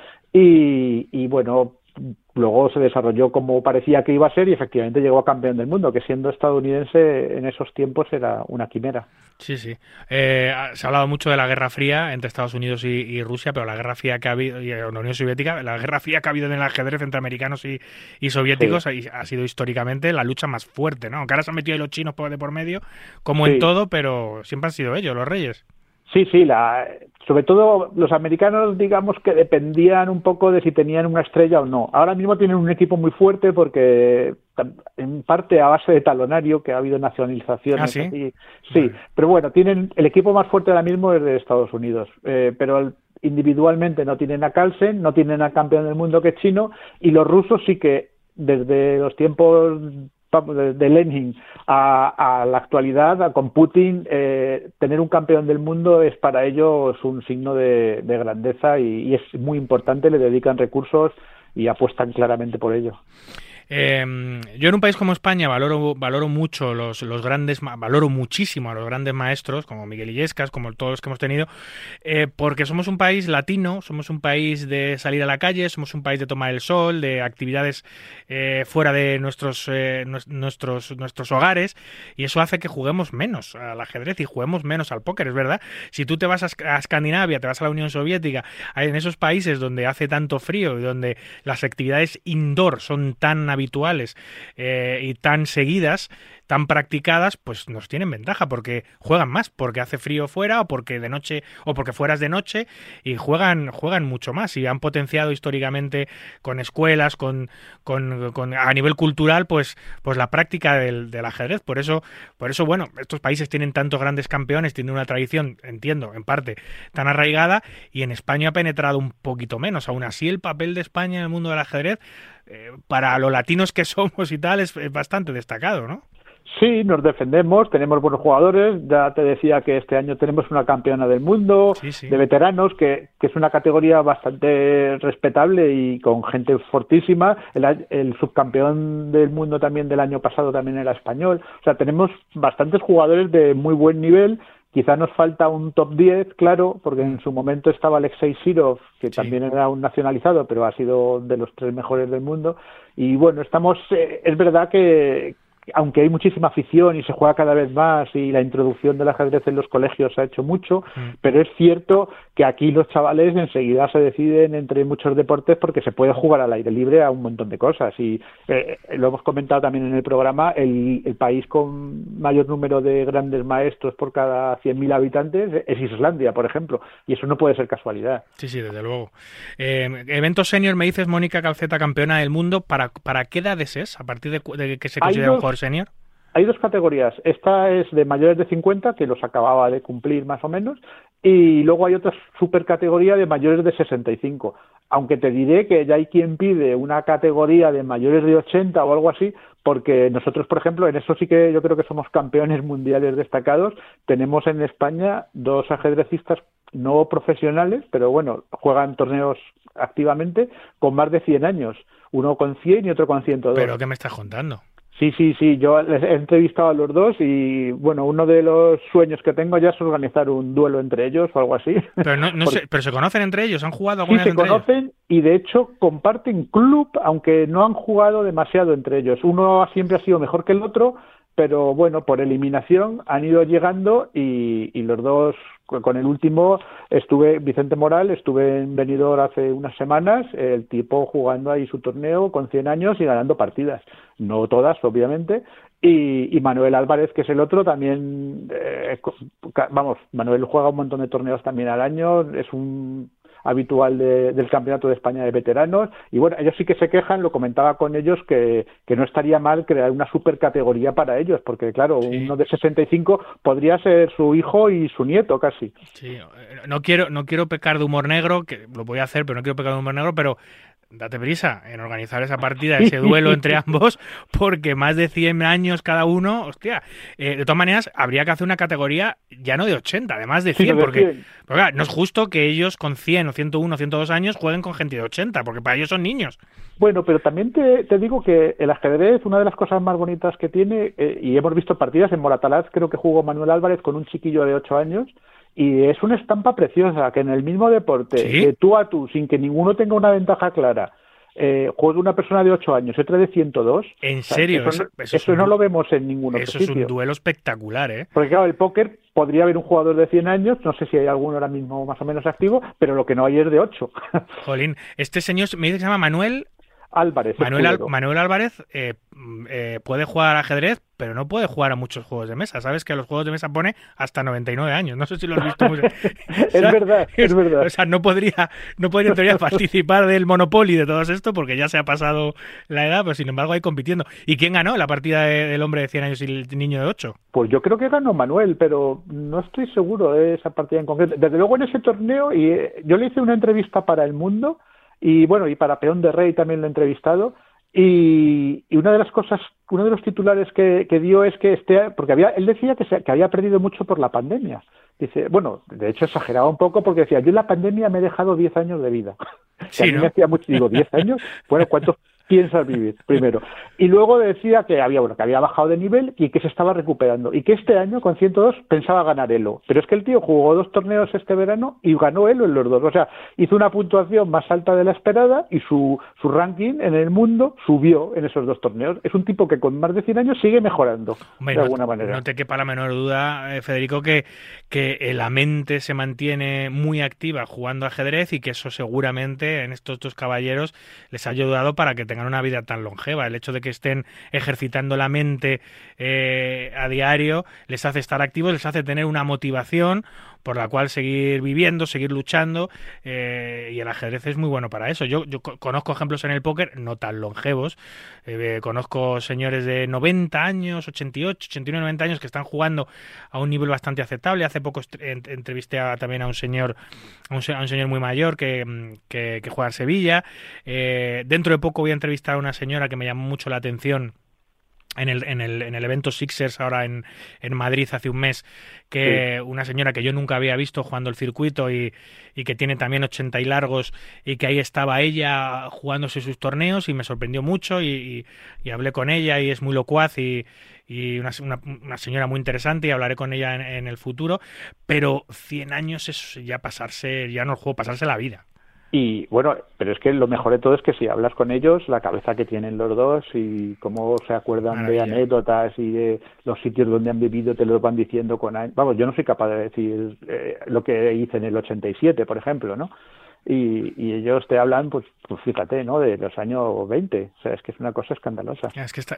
y bueno, luego se desarrolló como parecía que iba a ser y efectivamente llegó a campeón del mundo, que siendo estadounidense en esos tiempos era una quimera. Sí. Se ha hablado mucho de la Guerra Fría entre Estados Unidos y Rusia, pero la Guerra Fría que ha habido, y la Unión Soviética, la Guerra Fría que ha habido en el ajedrez entre americanos y soviéticos ha sido históricamente la lucha más fuerte, ¿no? Aunque ahora se han metido ahí los chinos de por medio, como en todo, pero siempre han sido ellos, los reyes. Sí, sobre todo los americanos, digamos que dependían un poco de si tenían una estrella o no. Ahora mismo tienen un equipo muy fuerte porque, en parte a base de talonario, que ha habido nacionalizaciones. ¿Ah, sí? Así. Sí, pero bueno, tienen el equipo más fuerte ahora mismo es de Estados Unidos, pero individualmente no tienen a Carlsen, no tienen al campeón del mundo que es chino, y los rusos sí que desde los tiempos de Lenin a la actualidad, con Putin, tener un campeón del mundo es para ellos un signo de grandeza y es muy importante, le dedican recursos y apuestan claramente por ello. Yo en un país como España valoro mucho valoro muchísimo a los grandes maestros como Miguel Illescas, como todos los que hemos tenido, porque somos un país latino, somos un país de salir a la calle, somos un país de tomar el sol, de actividades fuera de nuestros hogares, y eso hace que juguemos menos al ajedrez y juguemos menos al póker, es verdad. Si tú te vas a Escandinavia, te vas a la Unión Soviética, en esos países donde hace tanto frío y donde las actividades indoor son tan habituales y tan seguidas, tan practicadas, pues nos tienen ventaja porque juegan más, porque hace frío fuera o porque de noche o porque fuera es de noche y juegan mucho más y han potenciado históricamente con escuelas, con a nivel cultural, pues la práctica del ajedrez. Por eso, bueno, estos países tienen tantos grandes campeones, tienen una tradición, entiendo, en parte, tan arraigada, y en España ha penetrado un poquito menos. Aún así, el papel de España en el mundo del ajedrez, para los latinos que somos y tal, es bastante destacado, ¿no? Sí, nos defendemos, tenemos buenos jugadores. Ya te decía que este año tenemos una campeona del mundo de veteranos, que es una categoría bastante respetable y con gente fortísima. El subcampeón del mundo también del año pasado también era español. O sea, tenemos bastantes jugadores de muy buen nivel. Quizá nos falta un top 10, claro, porque en su momento estaba Alexei Sirov, que también era un nacionalizado, pero ha sido de los 3 mejores del mundo. Y bueno, es verdad que aunque hay muchísima afición y se juega cada vez más y la introducción del ajedrez en los colegios ha hecho mucho, pero es cierto que aquí los chavales enseguida se deciden entre muchos deportes porque se puede jugar al aire libre a un montón de cosas y lo hemos comentado también en el programa, el país con mayor número de grandes maestros por cada 100.000 habitantes es Islandia, por ejemplo, y eso no puede ser casualidad. Sí, desde luego. Evento senior, me dices, Mónica Calceta, campeona del mundo, ¿para qué edades es? ¿A partir de que se considera un jugador senior? Hay 2 categorías. Esta es de mayores de 50, que los acababa de cumplir más o menos, y luego hay otra supercategoría de mayores de 65. Aunque te diré que ya hay quien pide una categoría de mayores de 80 o algo así, porque nosotros, por ejemplo, en eso sí que yo creo que somos campeones mundiales destacados. Tenemos en España 2 ajedrecistas no profesionales, pero bueno, juegan torneos activamente con más de 100 años. Uno con 100 y otro con 102. ¿Pero qué me estás contando? Sí, yo les he entrevistado a los 2 y, bueno, uno de los sueños que tengo ya es organizar un duelo entre ellos o algo así. Pero pero se conocen entre ellos, ¿han jugado alguna vez entre ellos? Sí, se conocen y, de hecho, comparten club, aunque no han jugado demasiado entre ellos. Uno siempre ha sido mejor que el otro, pero, bueno, por eliminación han ido llegando y los 2... Con el último Vicente Moral, estuve en Benidorm hace unas semanas, el tipo jugando ahí su torneo con 100 años y ganando partidas, no todas obviamente, y Manuel Álvarez, que es el otro, también, Manuel juega un montón de torneos también al año, es un habitual del Campeonato de España de Veteranos, y bueno, ellos sí que se quejan, lo comentaba con ellos, que no estaría mal crear una supercategoría para ellos, porque claro, uno de 65 podría ser su hijo y su nieto casi. Sí, no quiero pecar de humor negro, que lo voy a hacer, pero no quiero pecar de humor negro, pero date prisa en organizar esa partida, ese duelo entre ambos, porque más de 100 años cada uno, hostia. De todas maneras, habría que hacer una categoría ya no de 80, además de 100, porque claro, no es justo que ellos con 100 o 101 o 102 años jueguen con gente de 80, porque para ellos son niños. Bueno, pero también te digo que el ajedrez, una de las cosas más bonitas que tiene, y hemos visto partidas en Moratalaz, creo que jugó Manuel Álvarez con un chiquillo de 8 años, y es una estampa preciosa, que en el mismo deporte, tú a tú, sin que ninguno tenga una ventaja clara, juega una persona de 8 años y otra de 102. ¿En serio? Eso no lo vemos en ningún otro sitio. Eso es un duelo espectacular, ¿eh? Porque claro, el póker podría haber un jugador de 100 años, no sé si hay alguno ahora mismo más o menos activo, pero lo que no hay es de 8. Jolín, este señor me dice que se llama Manuel Álvarez. Manuel Álvarez puede jugar al ajedrez, pero no puede jugar a muchos juegos de mesa. Sabes que a los juegos de mesa pone hasta 99 años. No sé si lo has visto. Es verdad. O sea, no podría en teoría participar del Monopoly de todo esto porque ya se ha pasado la edad, pero sin embargo ahí compitiendo. ¿Y quién ganó la partida del hombre de 100 años y el niño de 8? Pues yo creo que ganó Manuel, pero no estoy seguro de esa partida en concreto. Desde luego en ese torneo, y yo le hice una entrevista para El Mundo, y bueno, y para Peón de Rey también lo he entrevistado, y una de las cosas, uno de los titulares que dio es que porque él decía que había perdido mucho por la pandemia. Dice, bueno, de hecho exageraba un poco porque decía, yo en la pandemia me he dejado 10 años de vida. Sí, a mí me hacía mucho, digo, 10 años, bueno, ¿cuántos piensas vivir primero? Y luego decía que había bajado de nivel y que se estaba recuperando, y que este año con 102 pensaba ganar Elo, pero es que el tío jugó 2 torneos este verano y ganó Elo en los 2, o sea, hizo una puntuación más alta de la esperada y su ranking en el mundo subió en esos 2 torneos. Es un tipo que con más de 100 años sigue mejorando. Hombre, de alguna manera. No te quepa la menor duda, Federico, que la mente se mantiene muy activa jugando ajedrez y que eso seguramente en estos 2 caballeros les ha ayudado para que tengan tengan una vida tan longeva. El hecho de que estén ejercitando la mente a diario les hace estar activos, les hace tener una motivación por la cual seguir viviendo, seguir luchando, y el ajedrez es muy bueno para eso. Yo conozco ejemplos en el póker no tan longevos, conozco señores de 90 años, 88, 89, 90 años que están jugando a un nivel bastante aceptable. Hace poco entrevisté también a un señor muy mayor que juega en Sevilla. Dentro de poco voy a entrevistar a una señora que me llamó mucho la atención en el evento Sixers ahora en Madrid hace un mes, que sí, una señora que yo nunca había visto jugando el circuito y que tiene también 80 y largos, y que ahí estaba ella jugándose sus torneos, y me sorprendió mucho y hablé con ella, y es muy locuaz y una señora muy interesante, y hablaré con ella en el futuro. Pero 100 años es ya no el juego, pasarse la vida. Y bueno, pero es que lo mejor de todo es que si hablas con ellos, la cabeza que tienen los dos y cómo se acuerdan de anécdotas y de los sitios donde han vivido, te los van diciendo con años. Vamos, yo no soy capaz de decir lo que hice en el 87, por ejemplo, ¿no? Y ellos te hablan, pues fíjate, ¿no?, de los años 20. O sea, es que es una cosa escandalosa. Es que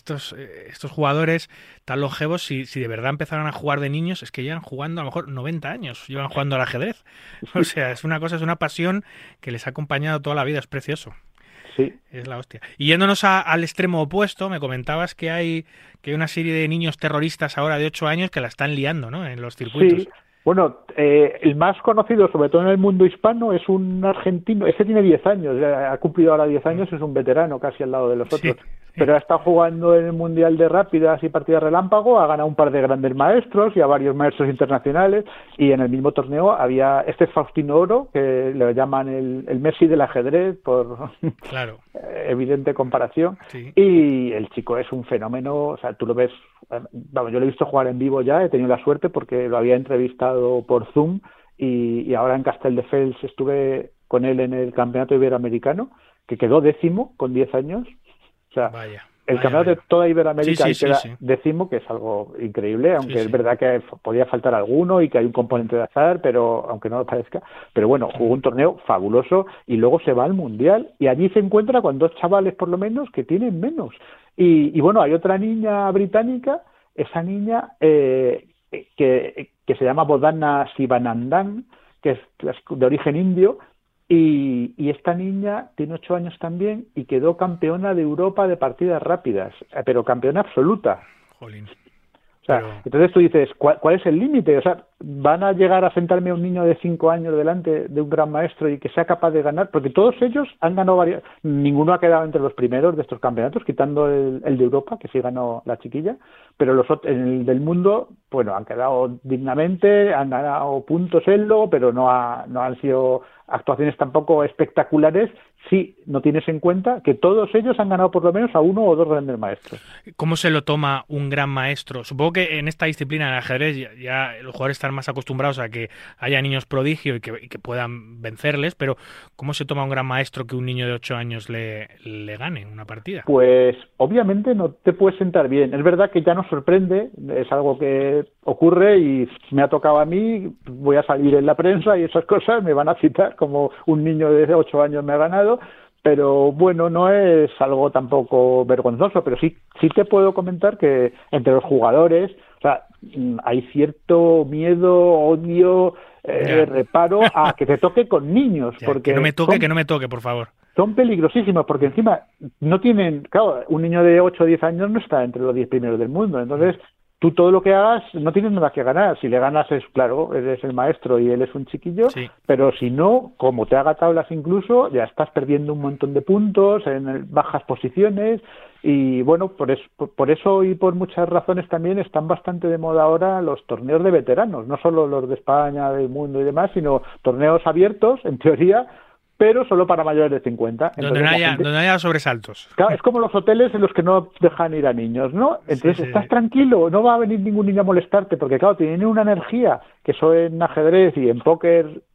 estos jugadores tan longevos, si de verdad empezaran a jugar de niños, es que llevan jugando a lo mejor 90 años, llevan jugando al ajedrez. O sea, es una pasión que les ha acompañado toda la vida, es precioso. Sí. Es la hostia. Y yéndonos al extremo opuesto, me comentabas que hay una serie de niños terroristas ahora de 8 años que la están liando, ¿no?, en los circuitos. Sí. Bueno, el más conocido, sobre todo en el mundo hispano, es un argentino. Ese tiene 10 años, ha cumplido ahora 10 años, es un veterano casi al lado de los otros. Sí. Pero ha estado jugando en el Mundial de Rápidas y Partidas Relámpago, ha ganado un par de grandes maestros y a varios maestros internacionales, y en el mismo torneo había Faustino Oro, que le llaman el Messi del ajedrez, por claro, evidente comparación, sí. Y el chico es un fenómeno, o sea, tú lo ves, vamos, yo lo he visto jugar en vivo ya, he tenido la suerte porque lo había entrevistado por Zoom, y ahora en Castelldefels estuve con él en el campeonato iberoamericano, que quedó 10º con 10 años. O sea, el campeonato de toda Iberoamérica queda 10º, que es algo increíble, aunque es verdad que podía faltar alguno y que hay un componente de azar, pero aunque no lo parezca. Pero bueno, jugó un torneo fabuloso y luego se va al Mundial y allí se encuentra con 2 chavales por lo menos que tienen menos. Y bueno, hay otra niña británica, esa niña que se llama Bodhana Sivanandan, que es de origen indio. Y esta niña tiene 8 años también y quedó campeona de Europa de partidas rápidas, pero campeona absoluta. Jolín. O sea, entonces tú dices, ¿cuál es el límite? O sea, ¿van a llegar a sentarme a un niño de 5 años delante de un gran maestro y que sea capaz de ganar? Porque todos ellos han ganado varios, ninguno ha quedado entre los primeros de estos campeonatos, quitando el de Europa, que sí ganó la chiquilla, pero en el del mundo, bueno, han quedado dignamente, han ganado puntos pero no han sido actuaciones tampoco espectaculares, si no tienes en cuenta que todos ellos han ganado por lo menos a 1 o 2 grandes maestros. ¿Cómo se lo toma un gran maestro? Supongo que en esta disciplina, en el ajedrez, ya los jugadores están más acostumbrados a que haya niños prodigio y que puedan vencerles, pero ¿cómo se toma un gran maestro que un niño de 8 años le gane una partida? Pues obviamente no te puedes sentar bien. Es verdad que ya nos sorprende, es algo que ocurre y me ha tocado a mí, voy a salir en la prensa y esas cosas me van a citar como un niño de 8 años me ha ganado, pero bueno, no es algo tampoco vergonzoso, pero sí te puedo comentar que entre los jugadores, o sea, hay cierto miedo, odio, reparo a que te toque con niños. Ya, porque que no me toque, por favor. Son peligrosísimos porque encima no tienen, claro, un niño de 8 o 10 años no está entre los 10 primeros del mundo, entonces tú todo lo que hagas no tienes nada que ganar. Si le ganas es, claro, eres el maestro y él es un chiquillo, sí. Pero si no, como te haga tablas incluso, ya estás perdiendo un montón de puntos en bajas posiciones y bueno, por eso y por muchas razones también están bastante de moda ahora los torneos de veteranos, no solo los de España, del mundo y demás, sino torneos abiertos, en teoría, pero solo para mayores de 50. Donde no haya sobresaltos. Claro, es como los hoteles en los que no dejan ir a niños, ¿no? Entonces estás tranquilo, no va a venir ningún niño a molestarte, porque claro, tienen una energía, que eso en ajedrez y en póker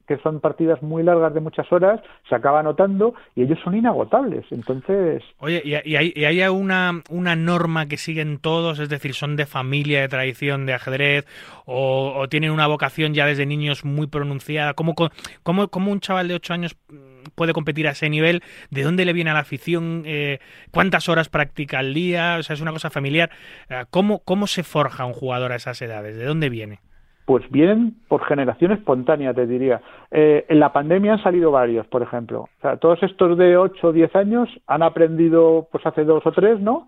que son partidas muy largas de muchas horas, se acaba anotando y ellos son inagotables. Entonces... Oye, ¿y hay una norma que siguen todos? Es decir, ¿son de familia, de tradición de ajedrez o tienen una vocación ya desde niños muy pronunciada? ¿Cómo un chaval de 8 años puede competir a ese nivel? ¿De dónde le viene a la afición? ¿Cuántas horas practica al día? O sea, es una cosa familiar. ¿Cómo se forja un jugador a esas edades? ¿De dónde viene? Pues vienen por generación espontánea, te diría. En la pandemia han salido varios, por ejemplo. O sea, todos estos de 8 o 10 años han aprendido pues hace 2 o 3, ¿no?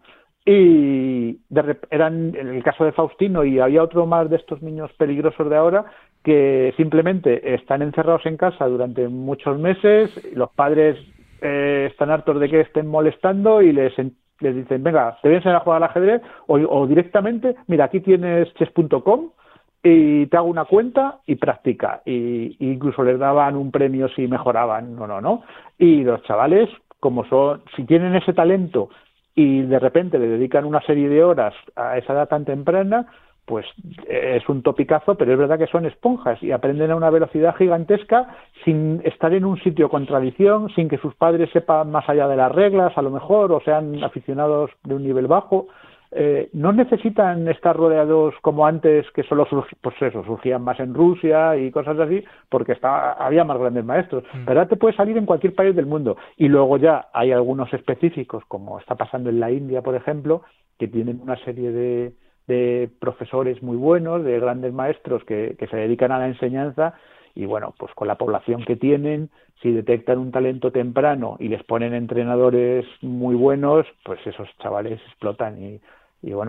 Y eran, en el caso de Faustino, y había otro más de estos niños peligrosos de ahora, que simplemente están encerrados en casa durante muchos meses, los padres están hartos de que estén molestando y les dicen, venga, te voy a enseñar a jugar al ajedrez, o directamente, mira, aquí tienes chess.com, y te hago una cuenta y practica. Y incluso les daban un premio si mejoraban. No. Y los chavales, si tienen ese talento y de repente le dedican una serie de horas a esa edad tan temprana, pues es un topicazo, pero es verdad que son esponjas y aprenden a una velocidad gigantesca sin estar en un sitio con tradición, sin que sus padres sepan más allá de las reglas, a lo mejor, o sean aficionados de un nivel bajo. No necesitan estar rodeados como antes, que solo surgían más en Rusia y cosas así, porque había más grandes maestros. Pero ahora te puede salir en cualquier país del mundo. Y luego ya hay algunos específicos, como está pasando en la India, por ejemplo, que tienen una serie de profesores muy buenos, de grandes maestros que se dedican a la enseñanza. Y bueno, pues con la población que tienen, si detectan un talento temprano y les ponen entrenadores muy buenos, pues esos chavales explotan. Y bueno,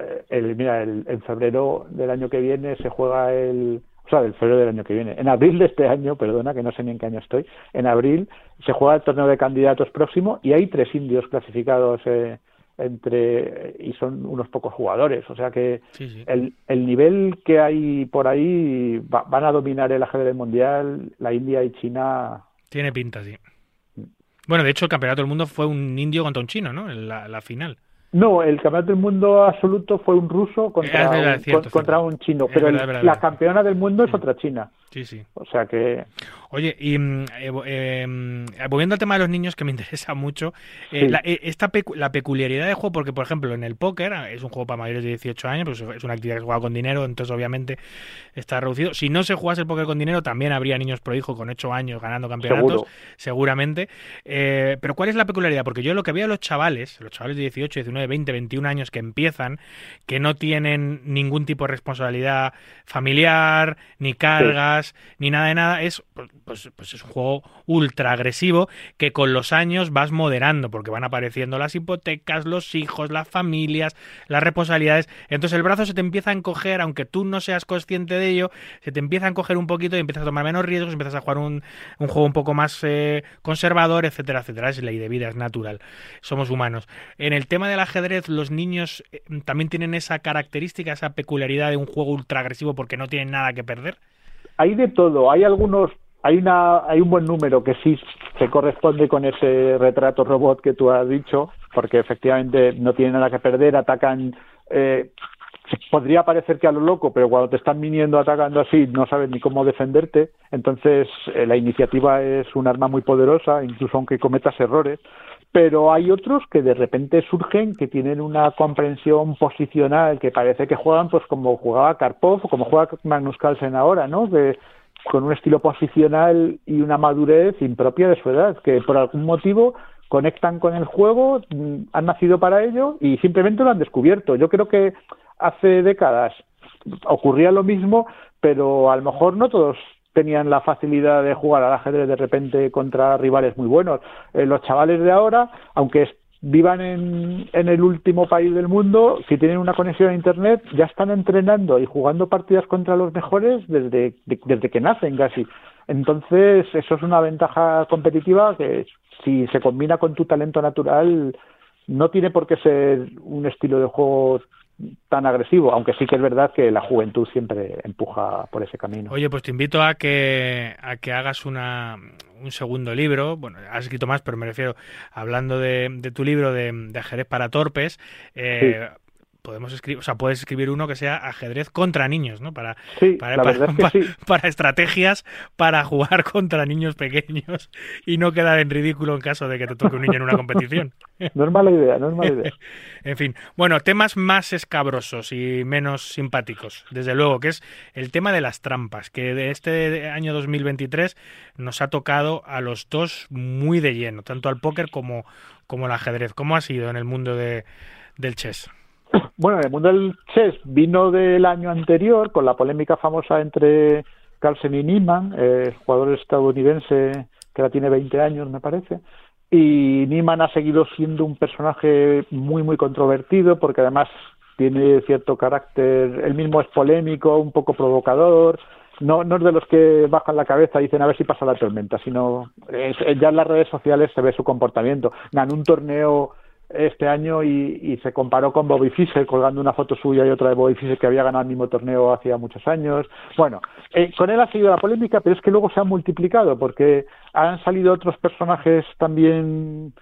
en febrero del año que viene se juega del febrero del año que viene. En abril de este año, perdona, que no sé ni en qué año estoy, en abril se juega el torneo de candidatos próximo y hay 3 indios clasificados y son unos pocos jugadores, o sea que sí. El nivel que hay por ahí van a dominar el ajedrez mundial, la India y China. Tiene pinta, sí. Bueno, de hecho el campeonato del mundo fue un indio contra un chino, ¿no? En la final. No, el campeonato del mundo absoluto fue un ruso contra un chino, pero la campeona del mundo es otra china. Sí. O sea que... Oye, y volviendo al tema de los niños, que me interesa mucho, sí. La peculiaridad de juego, porque por ejemplo en el póker es un juego para mayores de 18 años, pues es una actividad que se juega con dinero, entonces obviamente está reducido. Si no se jugase el póker con dinero, también habría niños prodigio con 8 años ganando campeonatos, seguramente. Pero ¿cuál es la peculiaridad? Porque yo lo que veo a los chavales de 18, 19, 20, 21 años que empiezan, que no tienen ningún tipo de responsabilidad familiar, ni cargas, ni nada de nada, pues es un juego ultra agresivo que con los años vas moderando, porque van apareciendo las hipotecas, los hijos, las familias, las responsabilidades. Entonces el brazo se te empieza a encoger, aunque tú no seas consciente de ello, se te empieza a encoger un poquito y empiezas a tomar menos riesgos, empiezas a jugar un juego un poco más conservador, etcétera, etcétera. Es ley de vida, es natural. Somos humanos. En el tema del ajedrez, los niños también tienen esa característica, esa peculiaridad de un juego ultra agresivo porque no tienen nada que perder. Hay de todo, hay un buen número que sí se corresponde con ese retrato robot que tú has dicho, porque efectivamente no tienen nada que perder, atacan, podría parecer que a lo loco, pero cuando te están viniendo atacando así no sabes ni cómo defenderte, entonces la iniciativa es un arma muy poderosa, incluso aunque cometas errores. Pero hay otros que de repente surgen, que tienen una comprensión posicional, que parece que juegan pues como jugaba Karpov o como juega Magnus Carlsen ahora, ¿no? Con un estilo posicional y una madurez impropia de su edad, que por algún motivo conectan con el juego, han nacido para ello y simplemente lo han descubierto. Yo creo que hace décadas ocurría lo mismo, pero a lo mejor no todos tenían la facilidad de jugar al ajedrez de repente contra rivales muy buenos. Los chavales de ahora, aunque vivan en el último país del mundo, si tienen una conexión a internet, ya están entrenando y jugando partidas contra los mejores desde que nacen casi. Entonces, eso es una ventaja competitiva que si se combina con tu talento natural, no tiene por qué ser un estilo de juego tan agresivo, aunque sí que es verdad que la juventud siempre empuja por ese camino. Oye, pues te invito a que hagas un segundo libro. Bueno, has escrito más, pero me refiero, hablando de tu libro de ajedrez para torpes, sí. podemos escribir, o sea, puedes escribir uno que sea ajedrez contra niños, ¿no? Para estrategias para jugar contra niños pequeños y no quedar en ridículo en caso de que te toque un niño en una competición. No es mala idea, no es mala idea. En fin, bueno, temas más escabrosos y menos simpáticos, desde luego, que es el tema de las trampas, que de este año 2023 nos ha tocado a los dos muy de lleno, tanto al póker como el ajedrez. ¿Cómo ha sido en el mundo del chess? Bueno, el mundo del chess vino del año anterior con la polémica famosa entre Carlsen y Niemann, jugador estadounidense que ahora tiene 20 años, me parece, y Niemann ha seguido siendo un personaje muy, muy controvertido porque además tiene cierto carácter, él mismo es polémico, un poco provocador, no es de los que bajan la cabeza y dicen a ver si pasa la tormenta, sino ya en las redes sociales se ve su comportamiento. Ganó un torneo este año y se comparó con Bobby Fischer, colgando una foto suya y otra de Bobby Fischer que había ganado el mismo torneo hacía muchos años. Bueno, con él ha seguido la polémica, pero es que luego se ha multiplicado porque han salido otros personajes también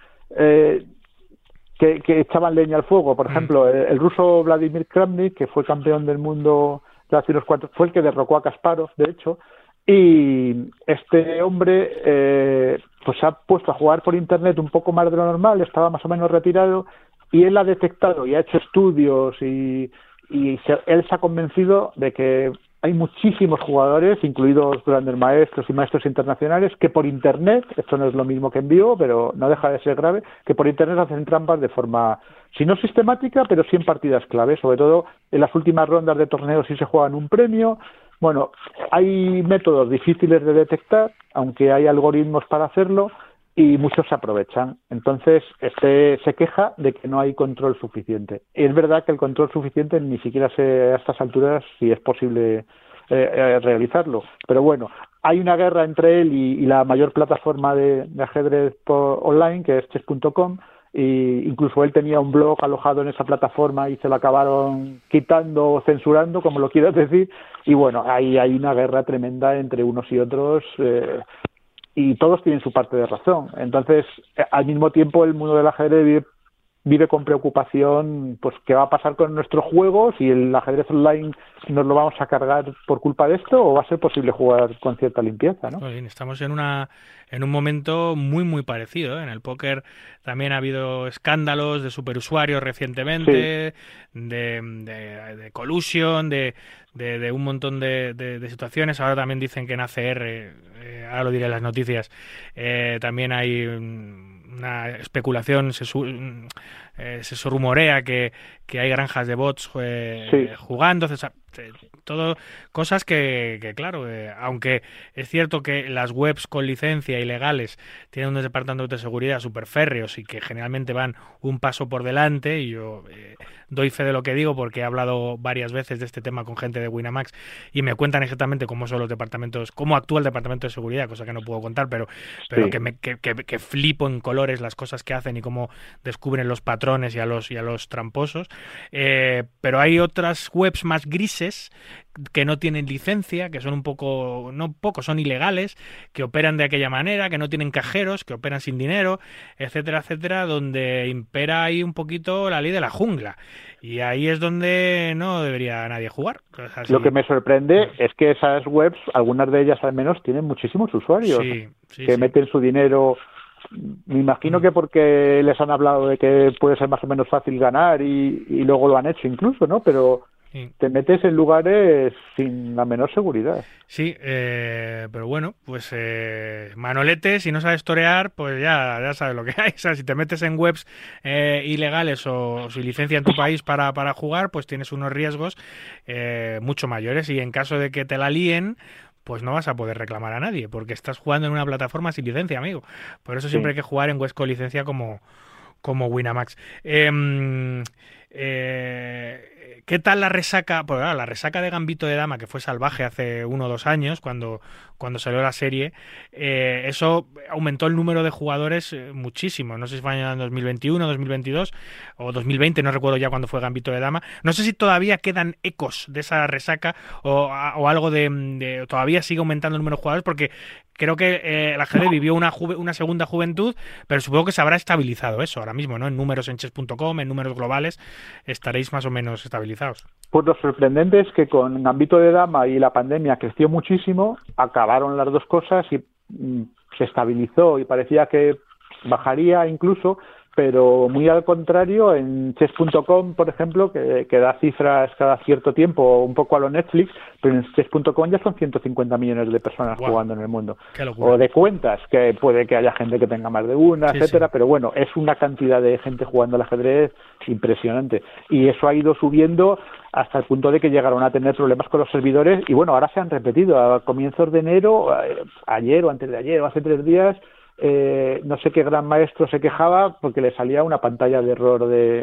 que echaban leña al fuego. Por ejemplo, el ruso Vladimir Kramnik, que fue campeón del mundo de hace unos cuantos, fue el que derrocó a Kasparov, de hecho, y este hombre pues se ha puesto a jugar por internet un poco más de lo normal, estaba más o menos retirado, y él ha detectado y ha hecho estudios él se ha convencido de que hay muchísimos jugadores, incluidos grandes maestros y maestros internacionales, que por internet, esto no es lo mismo que en vivo, pero no deja de ser grave, que por internet hacen trampas de forma, si no sistemática, pero sí en partidas clave, sobre todo en las últimas rondas de torneos si se juegan un premio. Bueno, hay métodos difíciles de detectar, aunque hay algoritmos para hacerlo, y muchos se aprovechan. Entonces, se queja de que no hay control suficiente. Y es verdad que el control suficiente ni siquiera sé a estas alturas si es posible realizarlo. Pero bueno, hay una guerra entre él y la mayor plataforma de ajedrez online, que es chess.com, y incluso él tenía un blog alojado en esa plataforma y se lo acabaron quitando o censurando, como lo quieras decir, y bueno, hay una guerra tremenda entre unos y otros, y todos tienen su parte de razón. Entonces, al mismo tiempo, el mundo del ajedrez vive con preocupación, pues qué va a pasar con nuestros juegos, y el ajedrez online nos lo vamos a cargar por culpa de esto, o va a ser posible jugar con cierta limpieza, ¿no? Muy bien, estamos en un momento muy muy parecido, ¿eh? En el póker también ha habido escándalos de superusuarios recientemente, sí, de collusion, de un montón de situaciones. Ahora también dicen que en ACR, ahora lo diré en las noticias, también hay una especulación, se rumorea que hay granjas de bots jugando, todo cosas que claro, aunque es cierto que las webs con licencia ilegales tienen unos departamentos de seguridad súper férreos y que generalmente van un paso por delante, y yo doy fe de lo que digo porque he hablado varias veces de este tema con gente de Winamax y me cuentan exactamente cómo son los departamentos, cómo actúa el departamento de seguridad, cosa que no puedo contar, pero sí, que flipo en colores las cosas que hacen y cómo descubren los patrones y a los tramposos. Pero hay otras webs más grises que no tienen licencia, que son son ilegales, que operan de aquella manera, que no tienen cajeros, que operan sin dinero, etcétera, etcétera, donde impera ahí un poquito la ley de la jungla. Y ahí es donde no debería nadie jugar. Lo que me sorprende es que esas webs, algunas de ellas al menos, tienen muchísimos usuarios que meten su dinero. Me imagino que porque les han hablado de que puede ser más o menos fácil ganar y luego lo han hecho incluso, ¿no? Pero te metes en lugares sin la menor seguridad. Sí, pero bueno, pues Manolete, si no sabes torear, pues ya sabes lo que hay. O sea, si te metes en webs ilegales o sin licencia en tu país para jugar, pues tienes unos riesgos mucho mayores, y en caso de que te la líen, pues no vas a poder reclamar a nadie, porque estás jugando en una plataforma sin licencia, amigo. Por eso siempre hay que jugar en webs con licencia como Winamax. ¿Qué tal la resaca? Pues claro, la resaca de Gambito de Dama, que fue salvaje hace 1 o 2 años, cuando salió la serie, eso aumentó el número de jugadores muchísimo. No sé si fue en 2021, 2022 o 2020, no recuerdo ya cuándo fue Gambito de Dama. No sé si todavía quedan ecos de esa resaca o algo de todavía sigue aumentando el número de jugadores, porque creo que el ajedrez vivió una segunda juventud, pero supongo que se habrá estabilizado eso ahora mismo, ¿no? En números en chess.com, en números globales, estaréis más o menos estabilizados. Pues lo sorprendente es que con Gambito de Dama y la pandemia creció muchísimo, acabaron las dos cosas y se estabilizó y parecía que bajaría incluso, pero muy al contrario, en chess.com, por ejemplo, que da cifras cada cierto tiempo, un poco a lo Netflix, pero en chess.com ya son 150 millones de personas jugando en el mundo. O de cuentas, que puede que haya gente que tenga más de una, etcétera, pero bueno, es una cantidad de gente jugando al ajedrez impresionante. Y eso ha ido subiendo hasta el punto de que llegaron a tener problemas con los servidores y bueno, ahora se han repetido. A comienzos de enero, ayer o antes de ayer o hace 3 días, no sé qué gran maestro se quejaba porque le salía una pantalla de error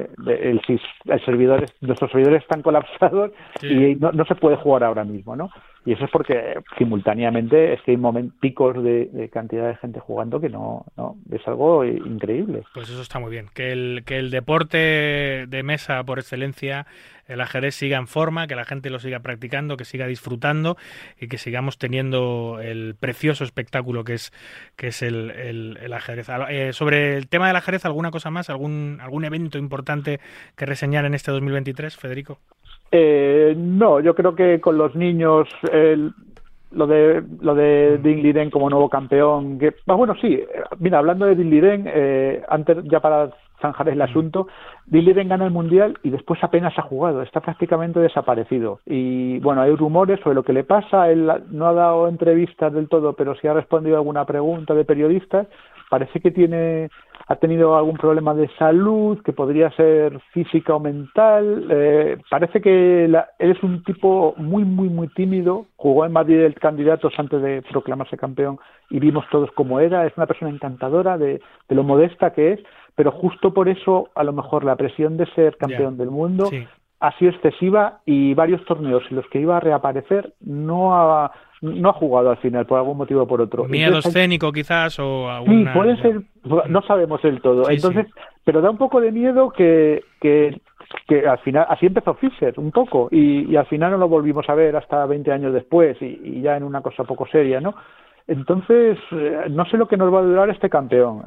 nuestros servidores están colapsados y no se puede jugar ahora mismo, ¿no? Y eso es porque simultáneamente es que hay picos de cantidad de gente jugando que no es algo increíble. Pues eso está muy bien, que el deporte de mesa por excelencia, el ajedrez, siga en forma, que la gente lo siga practicando, que siga disfrutando y que sigamos teniendo el precioso espectáculo que es el ajedrez. Sobre el tema del ajedrez, ¿alguna cosa más? ¿Algún evento importante que reseñar en este 2023, Federico? No, yo creo que con los niños lo de Ding Liren como nuevo campeón, bueno, sí, mira, hablando de Ding Liren, antes ya para zanjar el asunto, Ding Liren gana el mundial y después apenas ha jugado, está prácticamente desaparecido y bueno, hay rumores sobre lo que le pasa. Él no ha dado entrevistas del todo, pero sí ha respondido a alguna pregunta de periodistas. Parece que ha tenido algún problema de salud, que podría ser física o mental. Parece que él es un tipo muy, muy, muy tímido. Jugó en Madrid el Candidatos antes de proclamarse campeón y vimos todos cómo era. Es una persona encantadora de lo modesta que es, pero justo por eso a lo mejor la presión de ser campeón del mundo ha sido excesiva y varios torneos en los que iba a reaparecer no ha jugado al final, por algún motivo o por otro. Miedo escénico quizás o alguna... Sí, puede ser, no sabemos del todo. Entonces, pero da un poco de miedo que al final, así empezó Fischer un poco, y al final no lo volvimos a ver hasta 20 años después, y ya en una cosa poco seria, ¿no? Entonces, no sé lo que nos va a durar este campeón.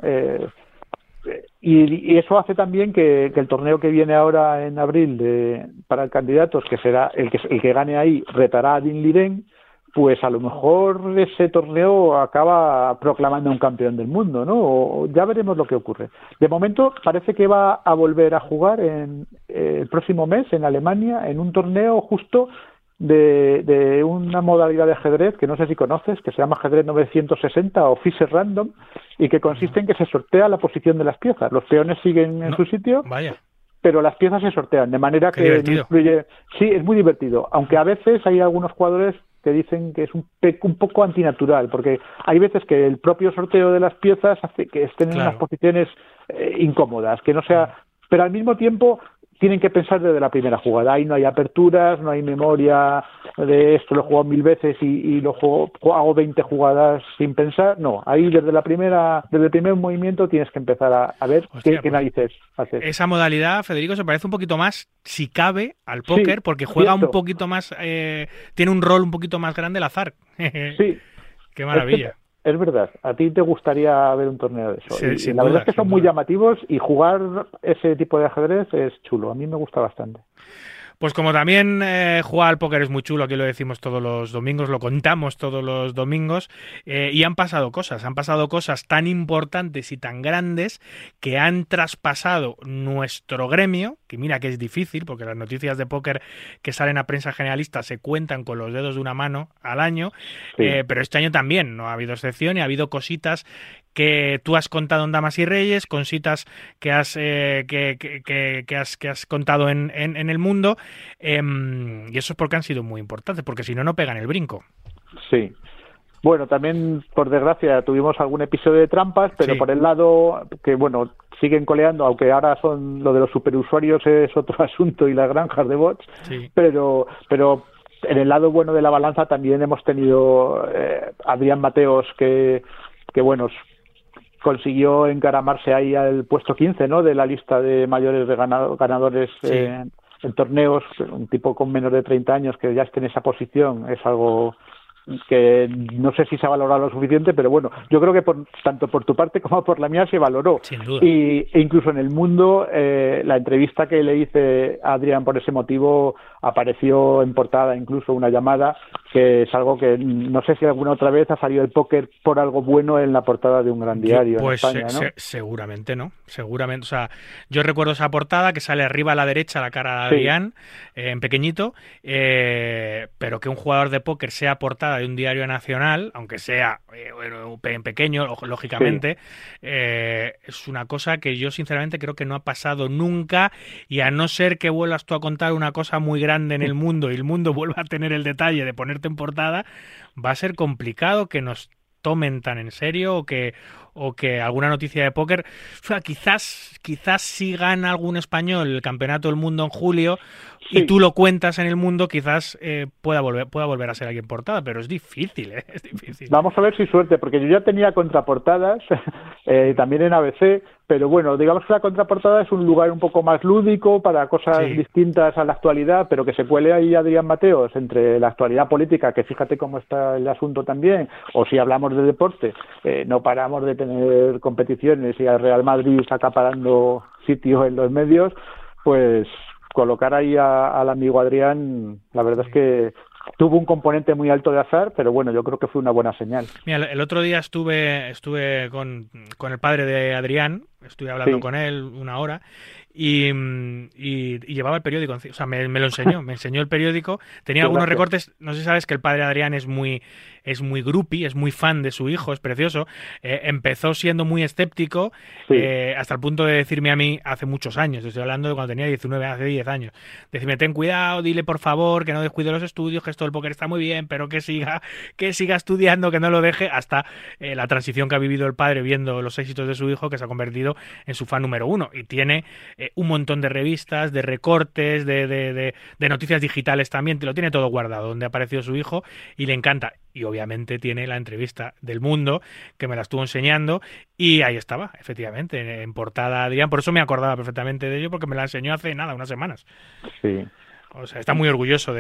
Y eso hace también que el torneo que viene ahora en abril para el Candidatos, que será el que gane ahí, retará a Ding Liren, pues a lo mejor ese torneo acaba proclamando un campeón del mundo, ¿no? Ya veremos lo que ocurre. De momento parece que va a volver a jugar el próximo mes en Alemania en un torneo justo de una modalidad de ajedrez que no sé si conoces, que se llama ajedrez 960 o Fischer Random, y que consiste en que se sortea la posición de las piezas. Los peones siguen en su sitio, pero las piezas se sortean, de manera que no influye. Sí, es muy divertido, aunque a veces hay algunos jugadores que dicen que es un poco antinatural, porque hay veces que el propio sorteo de las piezas hace que estén en unas posiciones incómodas, que no sea, pero al mismo tiempo tienen que pensar desde la primera jugada. Ahí no hay aperturas, no hay memoria de esto lo he jugado 1000 veces y hago 20 jugadas sin pensar. No, ahí desde el primer movimiento tienes que empezar a ver qué narices haces. Esa modalidad, Federico, se parece un poquito más, si cabe, al póker, porque juega un poquito más, tiene un rol un poquito más grande el azar. Sí. Qué maravilla. Es verdad, a ti te gustaría ver un torneo de eso. Y la verdad es que son muy llamativos y jugar ese tipo de ajedrez es chulo. A mí me gusta bastante. Pues como también jugar al póker es muy chulo, aquí lo decimos todos los domingos, lo contamos todos los domingos, y han pasado cosas tan importantes y tan grandes que han traspasado nuestro gremio, que mira que es difícil, porque las noticias de póker que salen a prensa generalista se cuentan con los dedos de una mano al año, pero este año también no ha habido excepción y ha habido cositas que tú has contado en Damas y Reyes, cositas que has contado en el mundo, y eso es porque han sido muy importantes, porque si no, no pegan el brinco. Sí. Bueno, también, por desgracia, tuvimos algún episodio de trampas, pero por el lado que, bueno, siguen coleando, aunque ahora son lo de los superusuarios es otro asunto y las granjas de bots, pero en el lado bueno de la balanza también hemos tenido Adrián Mateos que bueno, consiguió encaramarse ahí al puesto 15, ¿no?, de la lista de mayores de ganadores en torneos. Un tipo con menos de 30 años que ya esté en esa posición es algo que no sé si se ha valorado lo suficiente, pero bueno, yo creo que tanto por tu parte como por la mía se valoró. Sin duda. E incluso en El Mundo, la entrevista que le hice a Adrián por ese motivo apareció en portada, incluso una llamada, que es algo que no sé si alguna otra vez ha salido el póker por algo bueno en la portada de un gran diario pues en España, ¿no? Seguramente no, seguramente. O sea, yo recuerdo esa portada que sale arriba a la derecha la cara de Adrián, en pequeñito, pero que un jugador de póker sea portada de un diario nacional, aunque sea en pequeño, lógicamente, es una cosa que yo sinceramente creo que no ha pasado nunca, y a no ser que vuelvas tú a contar una cosa muy grande en el mundo y el mundo vuelva a tener el detalle de ponerte en portada, va a ser complicado que nos tomen tan en serio o que alguna noticia de póker, o sea, quizás si gana algún español el campeonato del mundo en julio y tú lo cuentas en El Mundo, quizás pueda volver a ser alguien portada, pero es difícil, es difícil. Vamos a ver si suerte, porque yo ya tenía contraportadas también en ABC, pero bueno, digamos que la contraportada es un lugar un poco más lúdico para cosas distintas a la actualidad, pero que se cuele ahí Adrián Mateos entre la actualidad política, que fíjate cómo está el asunto también, o si hablamos de deporte, no paramos de tener competiciones y al Real Madrid está acaparando sitio en los medios, pues colocar ahí al amigo Adrián, la verdad es que tuvo un componente muy alto de azar, pero bueno, yo creo que fue una buena señal. Mira, el otro día estuve con el padre de Adrián, estuve hablando con él una hora, y llevaba el periódico, o sea, me lo enseñó, me enseñó el periódico, tenía algunos recortes, no sé si sabes que el padre de Adrián es muy groupie, es muy fan de su hijo, es precioso, empezó siendo muy escéptico, hasta el punto de decirme a mí hace muchos años, estoy hablando de cuando tenía 19, hace 10 años, decirme, ten cuidado, dile por favor que no descuide los estudios, que esto del póker está muy bien, pero que siga estudiando, que no lo deje, hasta la transición que ha vivido el padre viendo los éxitos de su hijo, que se ha convertido en su fan número uno, y tiene un montón de revistas, de recortes, de noticias digitales también, te lo tiene todo guardado, donde ha aparecido su hijo, y le encanta. Y obviamente tiene la entrevista del Mundo, que me la estuvo enseñando, y ahí estaba, efectivamente, en portada Adrián. Por eso me acordaba perfectamente de ello, porque me la enseñó hace nada, unas semanas. Sí. O sea, está muy orgulloso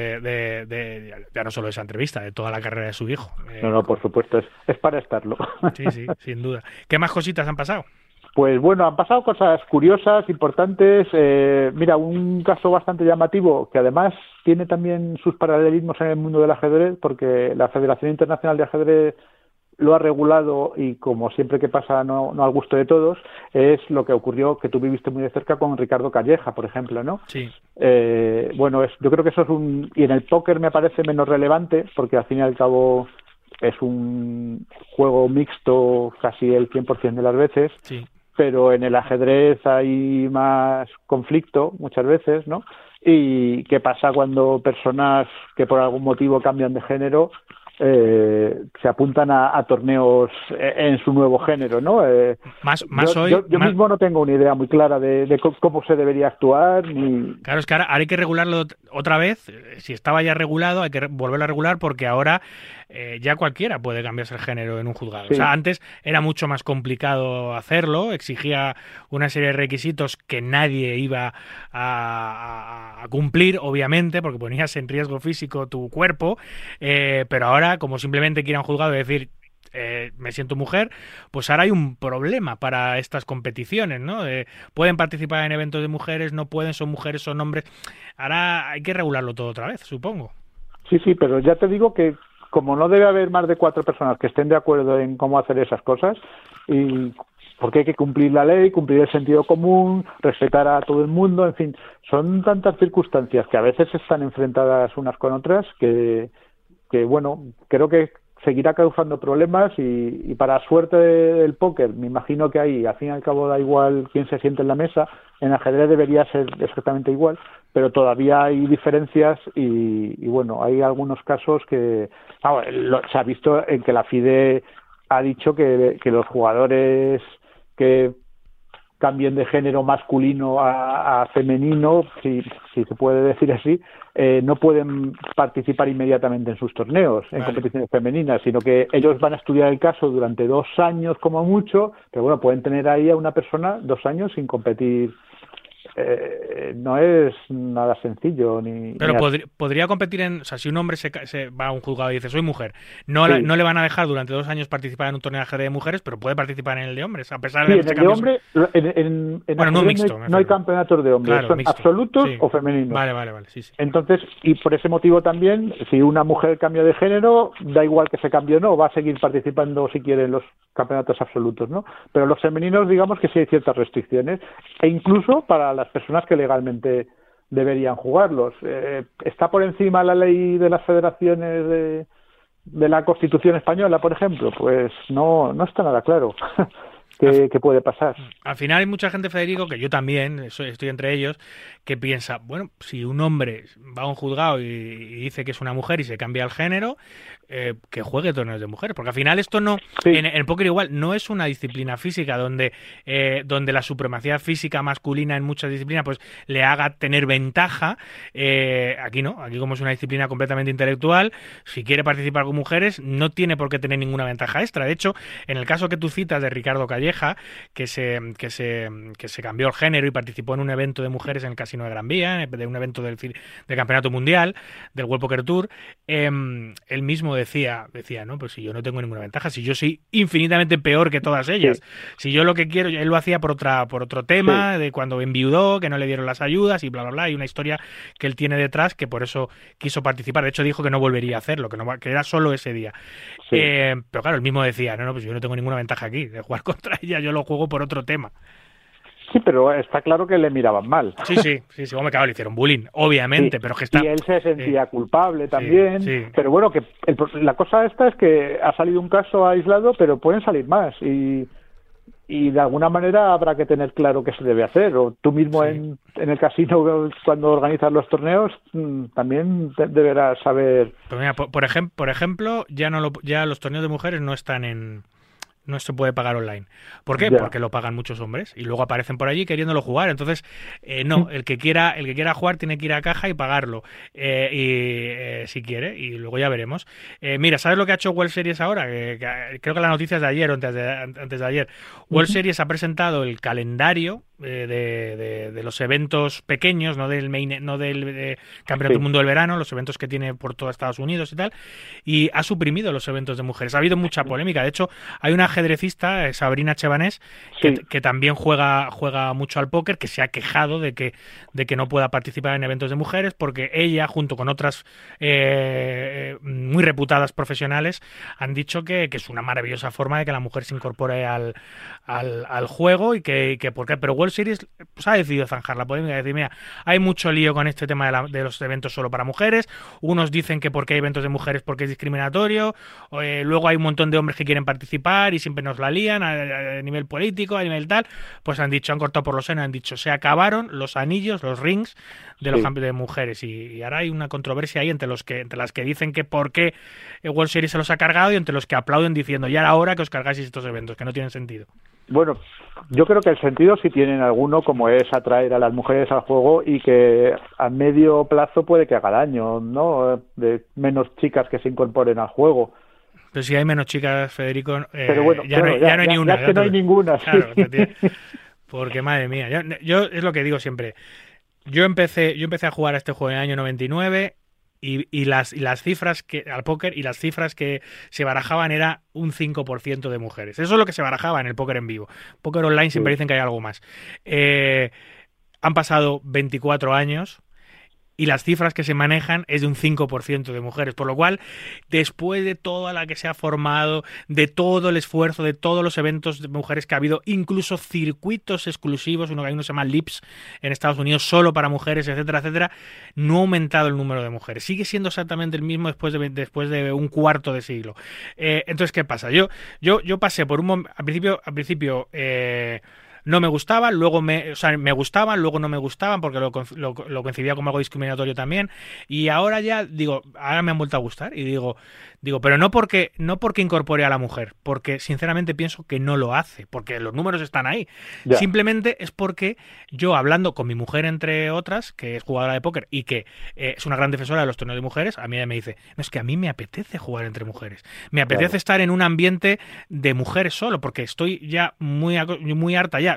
de ya no solo de esa entrevista, de toda la carrera de su hijo. No, por supuesto, es para estarlo. Sí, sin duda. ¿Qué más cositas han pasado? Pues bueno, han pasado cosas curiosas, importantes. Mira, un caso bastante llamativo, que además tiene también sus paralelismos en el mundo del ajedrez, porque la Federación Internacional de Ajedrez lo ha regulado y, como siempre que pasa, no al gusto de todos, es lo que ocurrió, que tú viviste muy de cerca con Ricardo Calleja, por ejemplo, ¿no? Sí. Bueno, yo creo que eso es y en el póker me parece menos relevante, porque al fin y al cabo es un juego mixto casi el 100% de las veces. Sí. Pero en el ajedrez hay más conflicto muchas veces, ¿no? Y qué pasa cuando personas que por algún motivo cambian de género se apuntan a torneos en su nuevo género, ¿no? Yo mismo no tengo una idea muy clara de cómo se debería actuar. Claro, es que ahora hay que regularlo otra vez. Si estaba ya regulado, hay que volverlo a regular, porque ahora ya cualquiera puede cambiarse el género en un juzgado. Sí. O sea, antes era mucho más complicado hacerlo, exigía una serie de requisitos que nadie iba a cumplir, obviamente, porque ponías en riesgo físico tu cuerpo, pero ahora, como simplemente quiera un juzgado decir me siento mujer, pues ahora hay un problema para estas competiciones, ¿no? Pueden participar en eventos de mujeres, no pueden, son mujeres, son hombres. Ahora hay que regularlo todo otra vez, supongo. Sí, pero ya te digo que como no debe haber más de 4 personas que estén de acuerdo en cómo hacer esas cosas, y porque hay que cumplir la ley, cumplir el sentido común, respetar a todo el mundo, en fin, son tantas circunstancias que a veces están enfrentadas unas con otras que bueno, creo que seguirá causando problemas y para suerte del póker, me imagino que ahí al fin y al cabo da igual quién se siente en la mesa, en ajedrez debería ser exactamente igual, pero todavía hay diferencias y bueno, hay algunos casos que se ha visto en que la FIDE ha dicho que los jugadores que cambien de género masculino a femenino, si se puede decir así, no pueden participar inmediatamente en sus torneos, en competiciones femeninas, sino que ellos van a estudiar el caso durante 2 años como mucho, pero bueno, pueden tener ahí a una persona 2 años sin competir no es nada sencillo. Pero podría competir o sea, si un hombre se va a un juzgado y dice soy mujer, no le van a dejar durante 2 años participar en un torneo de ajedrez de mujeres, pero puede participar en el de hombres, a pesar de en el de hombres, bueno, no mixto. No hay campeonatos de hombres, claro, son mixto, absolutos o femeninos. Vale, sí. Entonces, y por ese motivo también, si una mujer cambia de género, da igual que se cambie o no, va a seguir participando si quiere en los campeonatos absolutos, ¿no? Pero los femeninos, digamos que sí hay ciertas restricciones, e incluso para las personas que legalmente deberían jugarlos. ¿Está por encima la ley de las federaciones de la Constitución española, por ejemplo? Pues no está nada claro. ¿Qué puede pasar? Al final hay mucha gente, Federico, que yo también estoy entre ellos, que piensa, bueno, si un hombre va a un juzgado y dice que es una mujer y se cambia el género, que juegue torneos de mujeres, porque al final esto no, sí. En el póker igual, no es una disciplina física donde la supremacía física masculina en muchas disciplinas pues le haga tener ventaja. Aquí no, aquí como es una disciplina completamente intelectual, si quiere participar con mujeres no tiene por qué tener ninguna ventaja extra. De hecho, en el caso que tú citas de Ricardo Calleja, que se cambió el género y participó en un evento de mujeres en el Casino de Gran Vía, de un evento del Campeonato Mundial, del World Poker Tour, él mismo decía, no, pues si yo no tengo ninguna ventaja, si yo soy infinitamente peor que todas ellas, sí. Si yo lo que quiero, él lo hacía por otro tema, sí. De cuando enviudó, que no le dieron las ayudas y bla, bla, bla, y una historia que él tiene detrás que por eso quiso participar. De hecho dijo que no volvería a hacerlo, que era solo ese día. Sí. Pero claro, él mismo decía, no, pues yo no tengo ninguna ventaja aquí, de jugar contra ella, yo lo juego por otro tema. Sí, pero está claro que le miraban mal. Sí, hombre, claro, le hicieron bullying, obviamente, sí, pero que está... Y él se sentía culpable también, sí. Pero bueno, que la cosa esta es que ha salido un caso aislado, pero pueden salir más, y de alguna manera habrá que tener claro qué se debe hacer, o tú mismo sí. en el casino, cuando organizas los torneos, también deberás saber... Pues mira, por ejemplo, ya los torneos de mujeres no se puede pagar online. ¿Por qué? Ya. Porque lo pagan muchos hombres y luego aparecen por allí queriéndolo jugar. Entonces, no, el que quiera jugar tiene que ir a caja y pagarlo. Si quiere, y luego ya veremos. Mira, ¿sabes lo que ha hecho World Series ahora? Creo que la noticia es de ayer o antes de ayer. World Series ha presentado el calendario de los eventos pequeños, no del Campeonato del Mundo del Verano, los eventos que tiene por todo Estados Unidos y tal, y ha suprimido los eventos de mujeres. Ha habido mucha polémica. De hecho, hay una ajedrecista, Sabrina Chevanés, que también juega mucho al póker, que se ha quejado de que no pueda participar en eventos de mujeres porque ella, junto con otras muy reputadas profesionales, han dicho que es una maravillosa forma de que la mujer se incorpore al juego y que ¿por qué? Pero World Series pues, ha decidido zanjar la polémica y decir, mira, hay mucho lío con este tema de los eventos solo para mujeres. Unos dicen que porque hay eventos de mujeres porque es discriminatorio, luego hay un montón de hombres que quieren participar y siempre nos la lían a nivel político, a nivel tal. Pues han cortado por los senos, han dicho, se acabaron los anillos, los rings de los campeonatos de mujeres, y ahora hay una controversia ahí entre las que dicen que por qué World Series se los ha cargado y entre los que aplauden diciendo, ya era hora que os cargáis estos eventos, que no tienen sentido. Bueno, yo creo que el sentido sí tienen alguno, como es atraer a las mujeres al juego y que a medio plazo puede que haga daño, ¿no? De menos chicas que se incorporen al juego. Pero si hay menos chicas, Federico, pero bueno, ya no hay ni una. Ya que no hay ninguna. Claro, porque madre mía, yo es lo que digo siempre. Yo empecé a jugar a este juego en el año 99 y las cifras al póker y las cifras que se barajaban era un 5% de mujeres. Eso es lo que se barajaba en el póker en vivo. Póker online siempre dicen que hay algo más. Han pasado 24 años y las cifras que se manejan es de un 5% de mujeres, por lo cual, después de toda la que se ha formado, de todo el esfuerzo, de todos los eventos de mujeres que ha habido, incluso circuitos exclusivos, uno se llama LIPS en Estados Unidos, solo para mujeres, etcétera, etcétera, no ha aumentado el número de mujeres. Sigue siendo exactamente el mismo después de un cuarto de siglo. Entonces, ¿qué pasa? Yo pasé por al principio no me gustaban, luego me gustaban, luego no me gustaban porque lo concebía como algo discriminatorio también, y ahora me han vuelto a gustar y digo, pero no porque incorpore a la mujer, porque sinceramente pienso que no lo hace, porque los números están ahí. Ya. Simplemente es porque yo, hablando con mi mujer, entre otras, que es jugadora de póker y que es una gran defensora de los torneos de mujeres, a mí ella me dice, no, es que a mí me apetece jugar entre mujeres, me apetece estar en un ambiente de mujeres solo, porque estoy ya muy harta ya.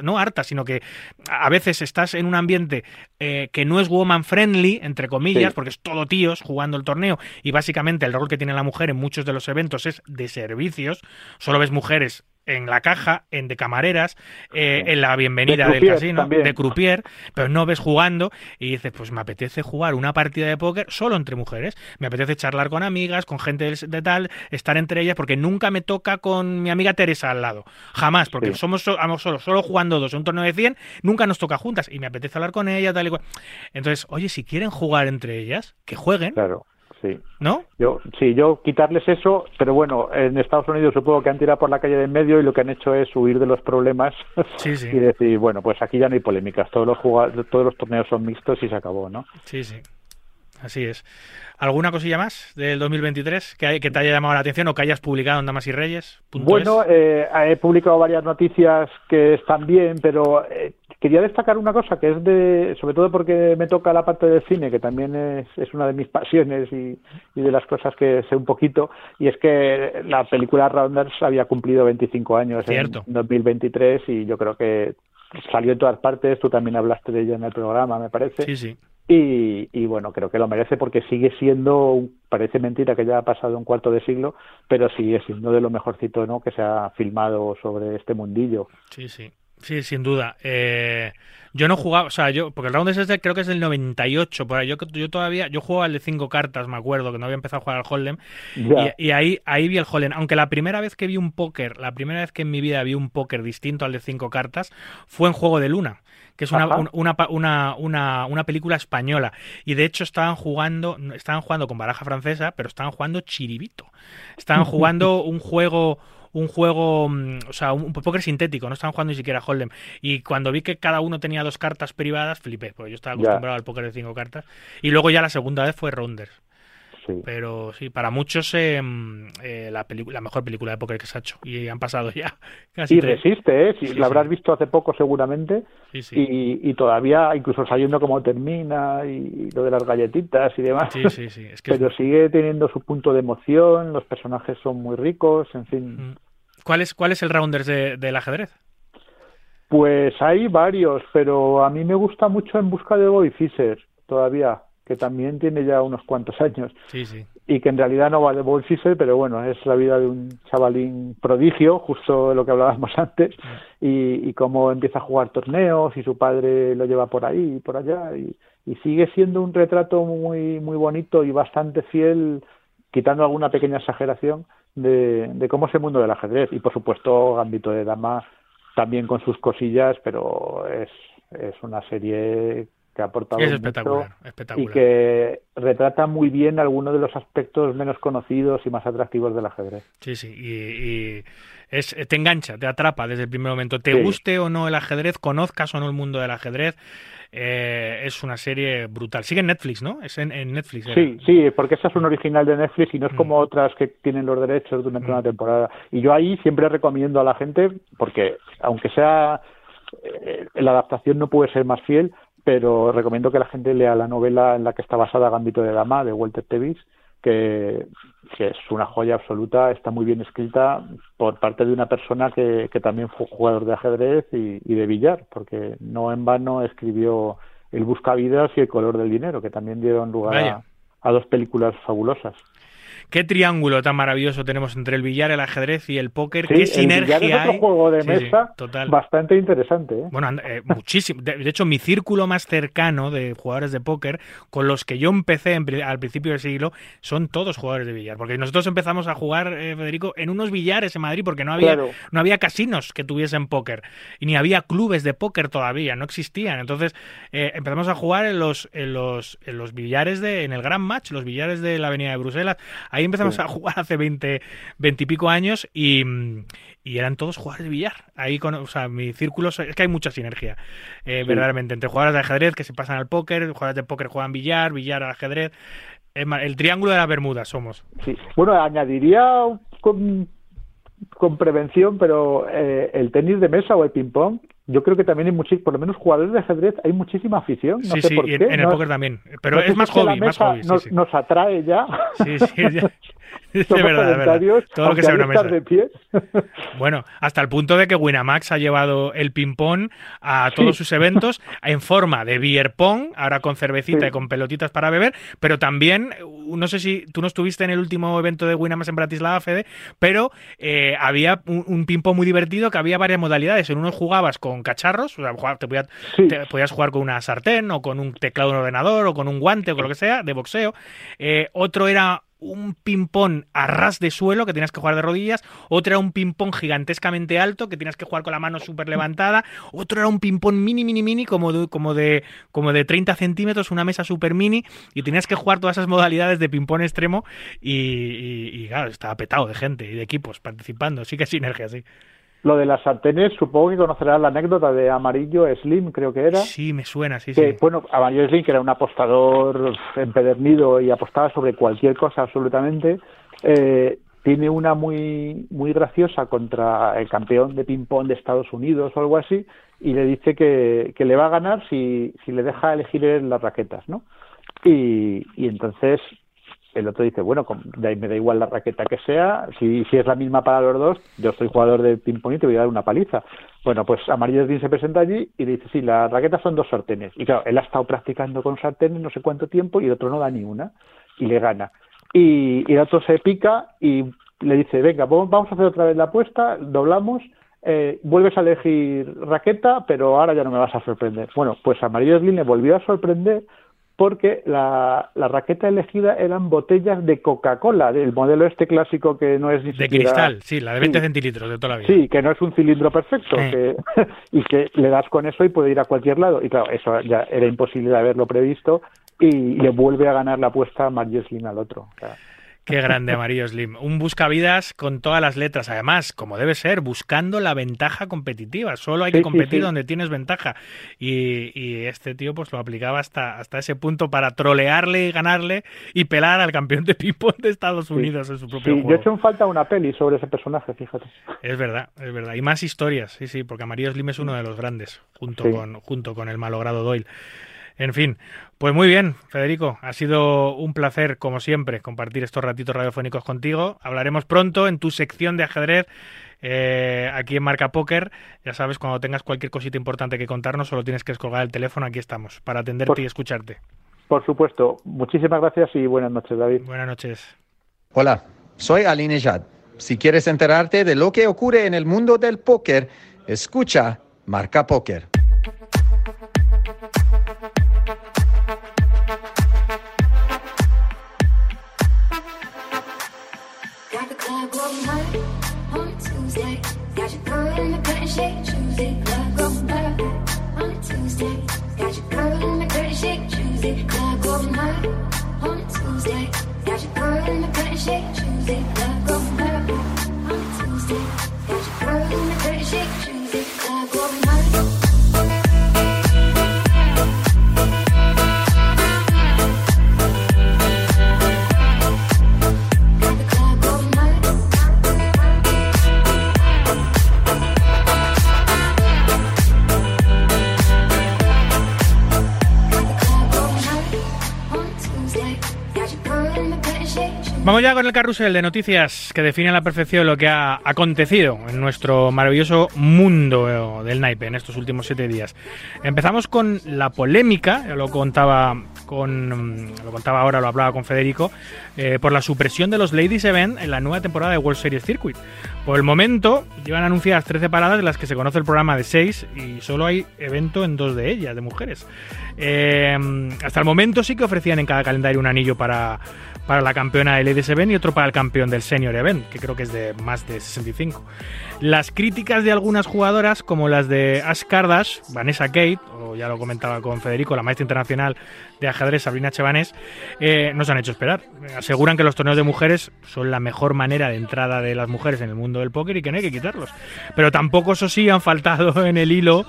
no harta, sino que a veces estás en un ambiente que no es woman friendly, entre comillas, porque es todo tíos jugando el torneo y básicamente el rol que tiene la mujer en muchos de los eventos es de servicios, solo ves mujeres en la caja, de camareras, en la bienvenida del casino, también, de croupier, pero no ves jugando y dices, pues me apetece jugar una partida de póker solo entre mujeres, me apetece charlar con amigas, con gente de tal, estar entre ellas, porque nunca me toca con mi amiga Teresa al lado, jamás, porque somos solo jugando dos en un torneo de 100, nunca nos toca juntas y me apetece hablar con ella, tal y cual. Entonces, oye, si quieren jugar entre ellas, que jueguen. Claro. Sí. ¿No? Yo quitarles eso, pero bueno, en Estados Unidos supongo que han tirado por la calle de en medio y lo que han hecho es huir de los problemas y decir, bueno, pues aquí ya no hay polémicas, todos los torneos son mixtos y se acabó, ¿no? Sí, así es. ¿Alguna cosilla más del 2023 que te haya llamado la atención o que hayas publicado en Damas y Reyes? Bueno, he publicado varias noticias que están bien, pero quería destacar una cosa que es sobre todo porque me toca la parte del cine, que también es una de mis pasiones y de las cosas que sé un poquito, y es que la película Rounders había cumplido 25 años en 2023 y yo creo que salió en todas partes, tú también hablaste de ella en el programa, me parece. Sí. Y bueno, creo que lo merece porque sigue siendo, parece mentira que ya ha pasado un cuarto de siglo, pero sigue siendo de lo mejorcito, ¿no?, que se ha filmado sobre este mundillo. Sí, sin duda. Yo no jugaba, porque el Rounders creo que es del 98, por ahí. Yo jugaba el de 5 cartas, me acuerdo, que no había empezado a jugar al Hold'em, y ahí vi el Hold'em. Aunque la primera vez que en mi vida vi un póker distinto al de 5 cartas, fue en Juego de Luna, que es una película española. Y de hecho estaban jugando con baraja francesa, pero estaban jugando chiribito. Estaban jugando un juego, un póker sintético, no estaban jugando ni siquiera Hold'em. Y cuando vi que cada uno tenía 2 cartas privadas, flipé, porque yo estaba acostumbrado al póker de 5 cartas. Y luego ya la segunda vez fue Rounders. Sí. Pero sí, para muchos la mejor película de póker que se ha hecho. Y han pasado ya casi 3. Resiste, sí, la habrás visto hace poco seguramente. Sí. Y todavía, incluso sabiendo cómo termina y lo de las galletitas y demás. Sí. Es que pero sigue teniendo su punto de emoción, los personajes son muy ricos, en fin. ¿Cuál es el Rounders del ajedrez? Pues hay varios, pero a mí me gusta mucho En busca de Bobby Fischer todavía, que también tiene ya unos cuantos años. Sí. Y que en realidad no va de Bobby Fischer, pero bueno, es la vida de un chavalín prodigio, justo de lo que hablábamos antes, y cómo empieza a jugar torneos y su padre lo lleva por ahí y por allá, y sigue siendo un retrato muy, muy bonito y bastante fiel, quitando alguna pequeña exageración, de cómo es el mundo del ajedrez. Y por supuesto Gambito de Dama también con sus cosillas, pero es una serie que ha aportado es mucho espectacular. Y que retrata muy bien algunos de los aspectos menos conocidos y más atractivos del ajedrez. Sí, y te engancha, te atrapa desde el primer momento. Te guste o no el ajedrez, conozcas o no el mundo del ajedrez, es una serie brutal. Sigue en Netflix, ¿no? Es en Netflix. Sí, porque esa es un original de Netflix y no es como otras que tienen los derechos durante una temporada. Y yo ahí siempre recomiendo a la gente, porque aunque sea la adaptación no puede ser más fiel, pero recomiendo que la gente lea la novela en la que está basada Gambito de Dama, de Walter Tevis, que es una joya absoluta, está muy bien escrita por parte de una persona que también fue jugador de ajedrez y de billar, porque no en vano escribió El Buscavidas y El color del dinero, que también dieron lugar a 2 películas fabulosas. Qué triángulo tan maravilloso tenemos entre el billar, el ajedrez y el póker. Qué sinergia hay. El billar es otro juego de mesa bastante interesante. Bueno, muchísimo. De hecho, mi círculo más cercano de jugadores de póker, con los que yo empecé al principio del siglo, son todos jugadores de billar. Porque nosotros empezamos a jugar, Federico, en unos billares en Madrid, porque no había casinos que tuviesen póker. Y ni había clubes de póker todavía, no existían. Entonces, empezamos a jugar en los billares en el Grand Match, los billares de la Avenida de Bruselas. Ahí empezamos a jugar hace 20 y pico años y eran todos jugadores de billar. Ahí mi círculo, es que hay mucha sinergia, verdaderamente, entre jugadores de ajedrez que se pasan al póker, jugadores de póker juegan billar al ajedrez. El triángulo de las Bermudas somos. Sí. Bueno, añadiría con prevención, pero el tenis de mesa o el ping-pong, yo creo que también hay por lo menos jugadores de ajedrez, hay muchísima afición. No sé por qué. En el póker también. Pero es más hobby. Nos atrae ya. Sí, Es verdad. Todo lo que sea una mesa. De pie. Bueno, hasta el punto de que Winamax ha llevado el ping-pong a todos sus eventos en forma de beer pong, ahora con cervecita y con pelotitas para beber, pero también, no sé si tú no estuviste en el último evento de Winamax en Bratislava, Fede, pero había un ping-pong muy divertido que había varias modalidades. En uno jugabas con cacharros, o sea, podías jugar con una sartén o con un teclado de un ordenador o con un guante o con lo que sea, de boxeo. Otro era un ping-pong a ras de suelo que tenías que jugar de rodillas, otro era un ping-pong gigantescamente alto que tenías que jugar con la mano súper levantada, otro era un ping-pong mini como de 30 centímetros, una mesa súper mini, y tenías que jugar todas esas modalidades de ping-pong extremo y claro, estaba petado de gente y de equipos participando, sí que sinergia, sí. Lo de las sartenes, supongo que conocerás la anécdota de Amarillo Slim, creo que era. Sí, me suena, sí. Bueno, Amarillo Slim, que era un apostador empedernido y apostaba sobre cualquier cosa absolutamente, tiene una muy muy graciosa contra el campeón de ping-pong de Estados Unidos o algo así, y le dice que le va a ganar si le deja elegir las raquetas, ¿no? Y entonces el otro dice, bueno, me da igual la raqueta que sea, si es la misma para los dos, yo soy jugador de ping-pong y te voy a dar una paliza. Bueno, pues Amarillo Slim se presenta allí y le dice, sí, las raquetas son 2 sartenes. Y claro, él ha estado practicando con sartenes no sé cuánto tiempo y el otro no da ni una y le gana. Y el otro se pica y le dice, venga, vamos a hacer otra vez la apuesta, doblamos, vuelves a elegir raqueta, pero ahora ya no me vas a sorprender. Bueno, pues Amarillo Slim le volvió a sorprender porque la raqueta elegida eran botellas de Coca-Cola, del modelo clásico que no es ni siquiera... De cristal, sí, la de 20 centilitros de toda la vida. Sí, que no es un cilindro perfecto, y que le das con eso y puede ir a cualquier lado. Y claro, eso ya era imposible de haberlo previsto y le vuelve a ganar la apuesta a Amarillo Slim al otro. O sea, qué grande Amarillo Slim. Un buscavidas con todas las letras. Además, como debe ser, buscando la ventaja competitiva. Solo hay que competir donde tienes ventaja. Y este tío pues lo aplicaba hasta ese punto para trolearle y ganarle y pelar al campeón de ping-pong de Estados Unidos en su propio juego. Yo he hecho en falta una peli sobre ese personaje, fíjate. Es verdad. Y más historias, sí, porque Amarillo Slim es uno de los grandes, junto con el malogrado Doyle. En fin, pues muy bien, Federico, ha sido un placer, como siempre, compartir estos ratitos radiofónicos contigo. Hablaremos pronto en tu sección de ajedrez aquí en Marca Póker. Ya sabes, cuando tengas cualquier cosita importante que contarnos, solo tienes que descolgar el teléfono, aquí estamos, para atenderte y escucharte. Por supuesto. Muchísimas gracias y buenas noches, David. Buenas noches. Hola, soy Ali Nejad. Si quieres enterarte de lo que ocurre en el mundo del póker, escucha Marca Póker. Vamos ya con el carrusel de noticias que define a la perfección lo que ha acontecido en nuestro maravilloso mundo del naipe en estos últimos 7 días. Empezamos con la polémica, ya lo contaba ahora, lo hablaba con Federico, por la supresión de los Ladies Event en la nueva temporada de World Series Circuit. Por el momento llevan anunciadas 13 paradas de las que se conoce el programa de 6 y solo hay evento en 2 de ellas, de mujeres. Hasta el momento sí que ofrecían en cada calendario un anillo para la campeona del Ladies Event y otro para el campeón del Senior Event, que creo que es de más de 65. Las críticas de algunas jugadoras, como las de Ash Kardash, Vanessa Kate, o ya lo comentaba con Federico, la maestra internacional de ajedrez Sabrina Chevanés, no se han hecho esperar. Aseguran que los torneos de mujeres son la mejor manera de entrada de las mujeres en el mundo del póker y que no hay que quitarlos. Pero tampoco, eso sí, han faltado en el hilo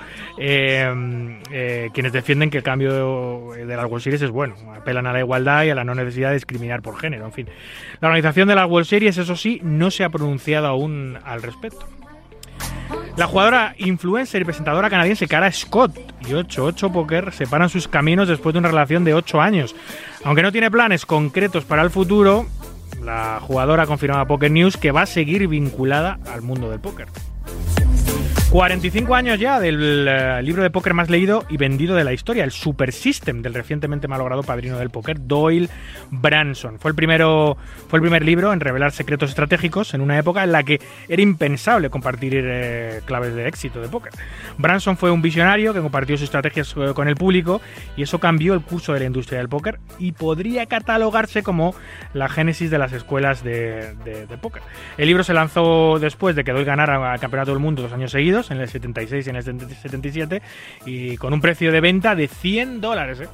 quienes defienden que el cambio de las World Series es bueno. Apelan a la igualdad y a la no necesidad de discriminar por género. En fin, la organización de las World Series, eso sí, no se ha pronunciado aún al respecto. La jugadora influencer y presentadora canadiense Cara Scott y 88 Poker separan sus caminos después de una relación de 8 años. Aunque no tiene planes concretos para el futuro, La jugadora confirmaba a Poker News que va a seguir vinculada al mundo del póker. 45 años ya del libro de póker más leído y vendido de la historia, el Super System, del recientemente malogrado padrino del póker, Doyle Branson. Fue el primer libro en revelar secretos estratégicos en una época en la que era impensable compartir claves de éxito de póker. Branson fue un visionario que compartió sus estrategias con el público y eso cambió el curso de la industria del póker y podría catalogarse como la génesis de las escuelas de póker. El libro se lanzó después de que Doyle ganara el Campeonato del Mundo 2 años seguidos, en el 76 y en el 77, y con un precio de venta de $100.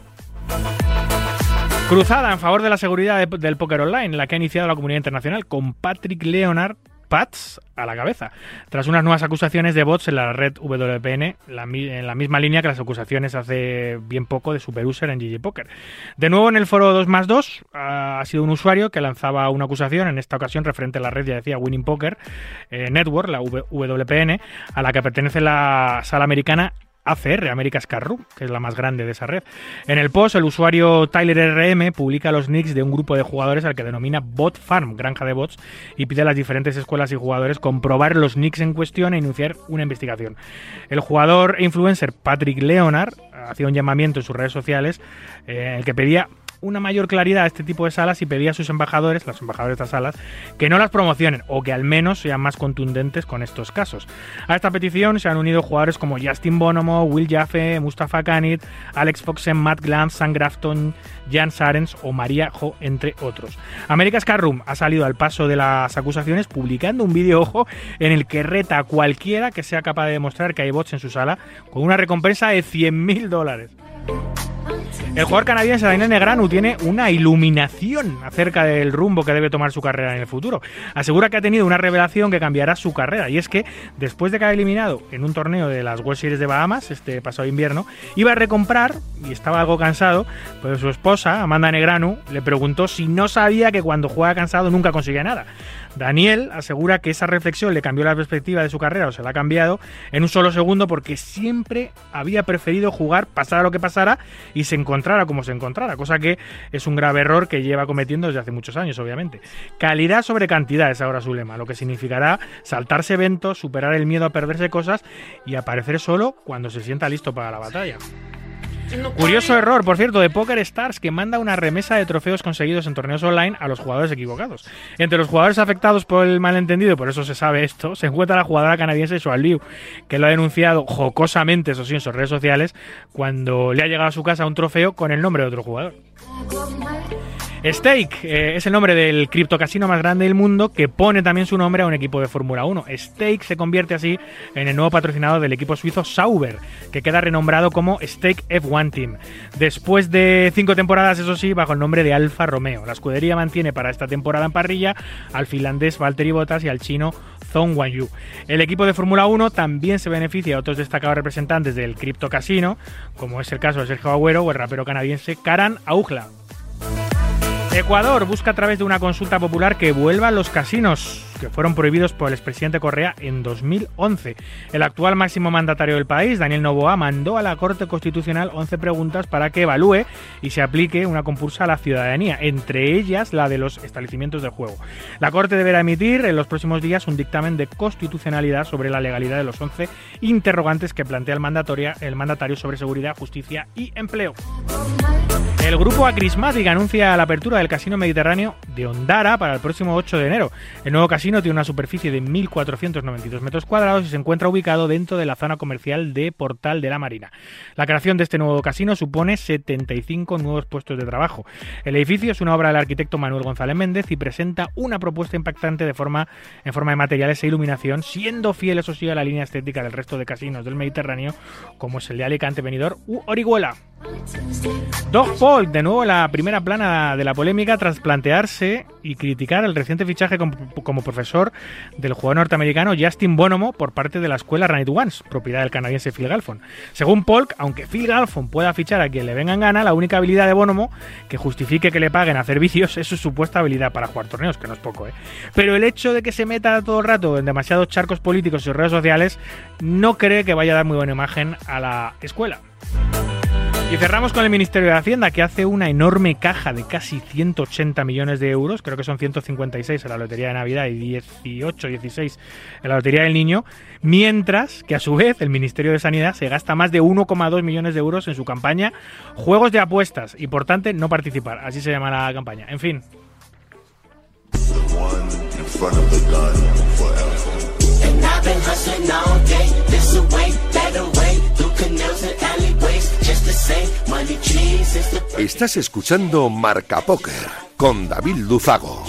Cruzada en favor de la seguridad del póker online, la que ha iniciado la comunidad internacional, con Patrick Leonard Pats a la cabeza, tras unas nuevas acusaciones de bots en la red WPN, en la misma línea que las acusaciones hace bien poco de Superuser en GG Poker. De nuevo en el foro 2+2 ha sido un usuario que lanzaba una acusación, en esta ocasión referente a la red, ya decía, Winning Poker Network, la WPN, a la que pertenece la sala americana ACR, America's Card Room, que es la más grande de esa red. En el post, el usuario Tyler RM publica los nicks de un grupo de jugadores al que denomina Bot Farm, granja de bots, y pide a las diferentes escuelas y jugadores comprobar los nicks en cuestión e iniciar una investigación. El jugador e influencer Patrick Leonard hacía un llamamiento en sus redes sociales en el que pedía una mayor claridad a este tipo de salas y pedía a sus embajadores, los embajadores de estas salas, que no las promocionen o que al menos sean más contundentes con estos casos. A esta petición se han unido jugadores como Justin Bonomo, Will Jaffe, Mustafa Kanit, Alex Foxen, Matt Glantz, Sam Grafton, Jan Sarens o María Jo, entre otros. America's Card Room ha salido al paso de las acusaciones publicando un vídeo, ojo, en el que reta a cualquiera que sea capaz de demostrar que hay bots en su sala con una recompensa de $100.000. El jugador canadiense Daniel Negreanu tiene una iluminación acerca del rumbo que debe tomar su carrera en el futuro. Asegura que ha tenido una revelación que cambiará su carrera, y es que después de que ha eliminado en un torneo de las World Series de Bahamas este pasado invierno, iba a recomprar y estaba algo cansado, pues su esposa, Amanda Negreanu, le preguntó si no sabía que cuando juega cansado nunca consigue nada. Daniel asegura que esa reflexión le cambió la perspectiva de su carrera, o se la ha cambiado en un solo segundo, porque siempre había preferido jugar, pasara lo que pasara, y se encontrara como se encontrara, cosa que es un grave error que lleva cometiendo desde hace muchos años, obviamente. Calidad sobre cantidad es ahora su lema, lo que significará saltarse eventos, superar el miedo a perderse cosas y aparecer solo cuando se sienta listo para la batalla. Curioso error, por cierto, de Poker Stars, que manda una remesa de trofeos conseguidos en torneos online a los jugadores equivocados. Entre los jugadores afectados por el malentendido, por eso se sabe esto, se encuentra la jugadora canadiense Joan Liu, que lo ha denunciado jocosamente, eso sí, en sus redes sociales, cuando le ha llegado a su casa un trofeo con el nombre de otro jugador. Stake es el nombre del criptocasino más grande del mundo, que pone también su nombre a un equipo de Fórmula 1. Stake se convierte así en el nuevo patrocinador del equipo suizo Sauber, que queda renombrado como Stake F1 Team. Después de 5 temporadas, eso sí, bajo el nombre de Alfa Romeo. La escudería mantiene para esta temporada en parrilla al finlandés Valtteri Bottas y al chino Zhou Guanyu. El equipo de Fórmula 1 también se beneficia de otros destacados representantes del criptocasino, como es el caso de Sergio Agüero o el rapero canadiense Karan Aujla. Ecuador busca a través de una consulta popular que vuelvan los casinos, que fueron prohibidos por el expresidente Correa en 2011. El actual máximo mandatario del país, Daniel Noboa, mandó a la Corte Constitucional 11 preguntas para que evalúe y se aplique una compulsa a la ciudadanía, entre ellas la de los establecimientos de juego. La Corte deberá emitir en los próximos días un dictamen de constitucionalidad sobre la legalidad de los 11 interrogantes que plantea el mandatario sobre seguridad, justicia y empleo. El grupo Acrismatic anuncia la apertura del Casino Mediterráneo de Ondara para el próximo 8 de enero. El nuevo casino tiene una superficie de 1.492 metros cuadrados y se encuentra ubicado dentro de la zona comercial de Portal de la Marina. La creación de este nuevo casino supone 75 nuevos puestos de trabajo. El edificio es una obra del arquitecto Manuel González Méndez y presenta una propuesta impactante en forma de materiales e iluminación, siendo fiel, eso sí, a la línea estética del resto de casinos del Mediterráneo, como es el de Alicante, Benidorm u Orihuela. Doug Polk, de nuevo la primera plana de la polémica tras plantearse y criticar el reciente fichaje como profesor del jugador norteamericano Justin Bonomo por parte de la escuela Run It Once, propiedad del canadiense Phil Galfond. Según Polk, aunque Phil Galfond pueda fichar a quien le venga en gana, la única habilidad de Bonomo que justifique que le paguen a hacer vicios es su supuesta habilidad para jugar torneos, que no es poco, ¿eh? Pero el hecho de que se meta todo el rato en demasiados charcos políticos y redes sociales no cree que vaya a dar muy buena imagen a la escuela. Y cerramos con el Ministerio de Hacienda, que hace una enorme caja de casi 180 millones de euros, creo que son 156 en la Lotería de Navidad y 16 en la Lotería del Niño, mientras que a su vez el Ministerio de Sanidad se gasta más de 1,2 millones de euros en su campaña Juegos de Apuestas y por tanto no participar, así se llama la campaña. En fin. Estás escuchando Marca Póker con David Luzago.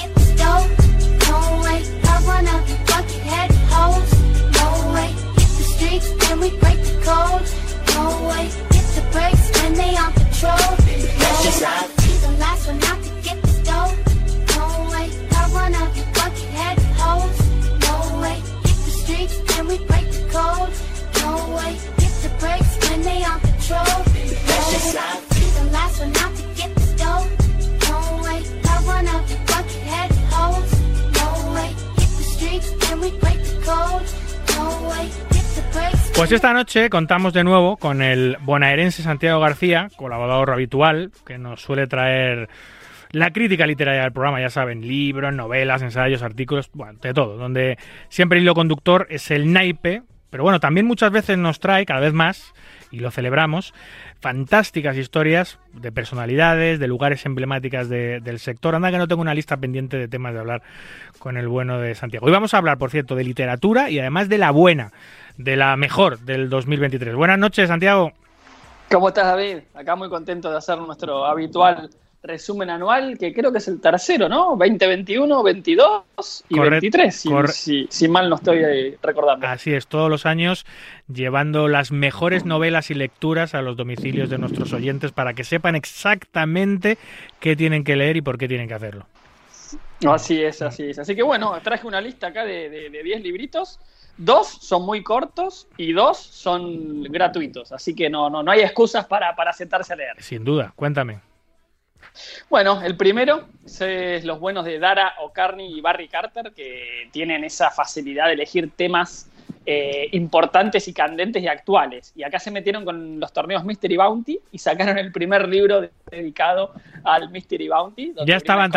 Pues esta noche contamos de nuevo con el bonaerense Santiago García, colaborador habitual, que nos suele traer la crítica literaria del programa, ya saben, libros, novelas, ensayos, artículos, bueno, de todo, donde siempre el hilo conductor es el naipe, pero bueno, también muchas veces nos trae, cada vez más, y lo celebramos, fantásticas historias de personalidades, de lugares emblemáticas del sector. Anda que no tengo una lista pendiente de temas de hablar con el bueno de Santiago. Hoy vamos a hablar, por cierto, de literatura y además de la buena, de la mejor del 2023. Buenas noches, Santiago. ¿Cómo estás, David? Acá muy contento de hacer nuestro habitual resumen anual, que creo que es el tercero, ¿no? 2021, 22 y 23, si mal no estoy recordando. Así es, todos los años llevando las mejores novelas y lecturas a los domicilios de nuestros oyentes para que sepan exactamente qué tienen que leer y por qué tienen que hacerlo. Así es. Así que bueno, traje una lista acá de 10 libritos. 2 son muy cortos y 2 son gratuitos, así que no hay excusas para sentarse a leer. Sin duda, cuéntame. Bueno, el primero es Los buenos de Dara O'Kearney y Barry Carter, que tienen esa facilidad de elegir temas importantes y candentes y actuales. Y acá se metieron con los torneos Mystery Bounty y sacaron el primer libro dedicado al Mystery Bounty. Ya estaban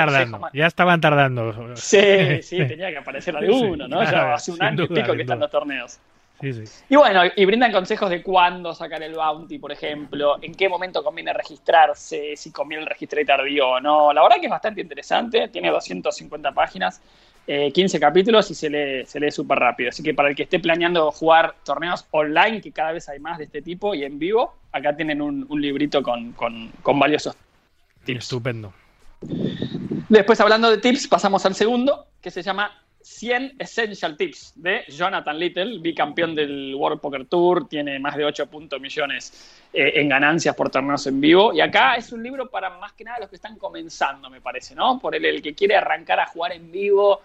tardando. Sí, tenía que aparecer alguno, ¿no? Claro, ya hace un año y pico que están los torneos. Sí. Y bueno, y brindan consejos de cuándo sacar el bounty, por ejemplo, en qué momento conviene registrarse, si conviene el registro tardío o no. La verdad que es bastante interesante, tiene 250 páginas, 15 capítulos y se lee súper rápido. Así que para el que esté planeando jugar torneos online, que cada vez hay más de este tipo, y en vivo, acá tienen un librito con valiosos tips. Estupendo. Después, hablando de tips, pasamos al segundo, que se llama 100 Essential Tips, de Jonathan Little, bicampeón del World Poker Tour, tiene más de 8 millones en ganancias por torneos en vivo, y acá es un libro para más que nada los que están comenzando, me parece, ¿no? Por el que quiere arrancar a jugar en vivo,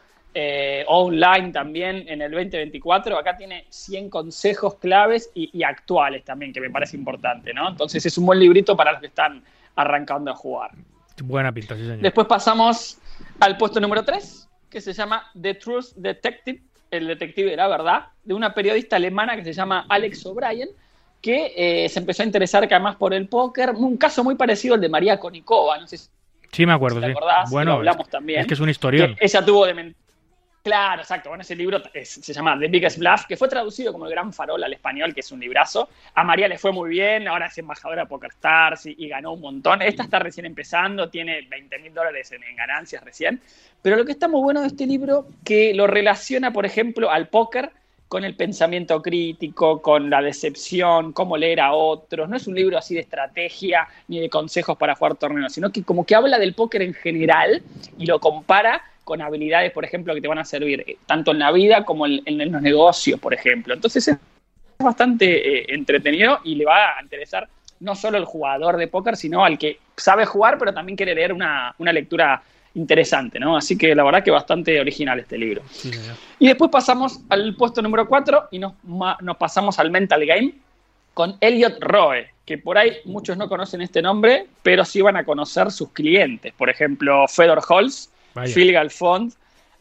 online también en el 2024, acá tiene 100 consejos claves y actuales también, que me parece importante, ¿no? Entonces es un buen librito para los que están arrancando a jugar. Buena pinta, sí, señor. Después pasamos al puesto número 3, que se llama The Truth Detective, el detective de la verdad, de una periodista alemana que se llama Alex O'Brien, que se empezó a interesar además por el póker, un caso muy parecido al de María Konikova, no sé si sí, me acuerdo, te acordás, bueno, lo hablamos también. Es que es un historión. Ella tuvo Claro, exacto. Bueno, ese libro se llama The Biggest Bluff, que fue traducido como El Gran Farol al español, que es un librazo. A María le fue muy bien, ahora es embajadora de PokerStars y ganó un montón. Esta está recién empezando, tiene $20,000 en ganancias recién. Pero lo que está muy bueno de este libro, que lo relaciona, por ejemplo, al póker con el pensamiento crítico, con la decepción, cómo leer a otros. No es un libro así de estrategia ni de consejos para jugar torneos, sino que como que habla del póker en general y lo compara con habilidades, por ejemplo, que te van a servir tanto en la vida como en los negocios, por ejemplo. Entonces es bastante entretenido y le va a interesar no solo al jugador de póker, sino al que sabe jugar, pero también quiere leer una lectura interesante, ¿no? Así que la verdad que bastante original este libro. Sí, señor. Y después pasamos al puesto número 4 y nos pasamos al Mental Game con Elliot Roe, que por ahí muchos no conocen este nombre, pero sí van a conocer sus clientes. Por ejemplo, Fedor Holz, Phil Galfond,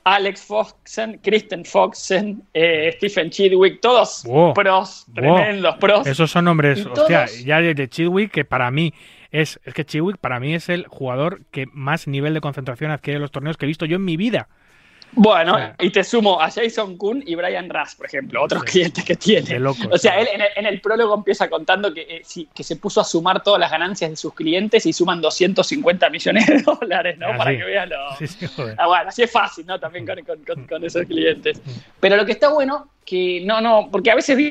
Alex Foxen, Kristen Foxen, Stephen Chidwick, todos pros, tremendos pros. Esos son nombres, hostia, todos... ya de Chidwick, que para mí es que Chidwick para mí es el jugador que más nivel de concentración adquiere en los torneos que he visto yo en mi vida. Bueno, o sea, y te sumo a Jason Kuhn y Brian Russ, por ejemplo, otros clientes que tiene. De locos, o sea, él en el prólogo empieza contando que se puso a sumar todas las ganancias de sus clientes y suman 250 millones de dólares, ¿no? Para que vean lo... bueno, así es fácil, ¿no? También con esos clientes. Pero lo que está bueno, que no, porque a veces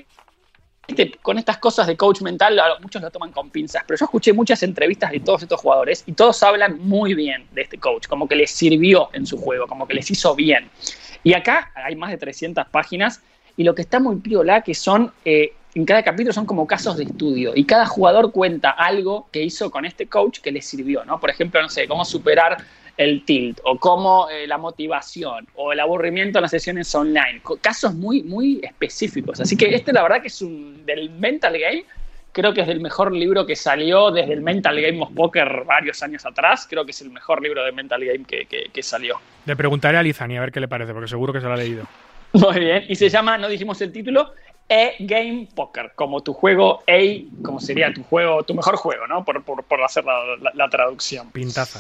con estas cosas de coach mental, muchos lo toman con pinzas, pero yo escuché muchas entrevistas de todos estos jugadores y todos hablan muy bien de este coach, como que les sirvió en su juego, como que les hizo bien. Y acá hay más de 300 páginas y lo que está muy piola que son, en cada capítulo son como casos de estudio y cada jugador cuenta algo que hizo con este coach que les sirvió, ¿no? Por ejemplo, no sé, cómo superar el tilt, o cómo la motivación, o el aburrimiento en las sesiones online. Casos muy, muy específicos. Así que la verdad que es del Mental Game, creo que es el mejor libro que salió desde el Mental Game of Poker varios años atrás. Creo que es el mejor libro de Mental Game que salió. Le preguntaré a Lizani a ver qué le parece, porque seguro que se lo ha leído. Muy bien. Y se llama, no dijimos el título, A-Game Poker, como tu juego como sería tu mejor juego, ¿no? Por hacer la traducción. Pintaza.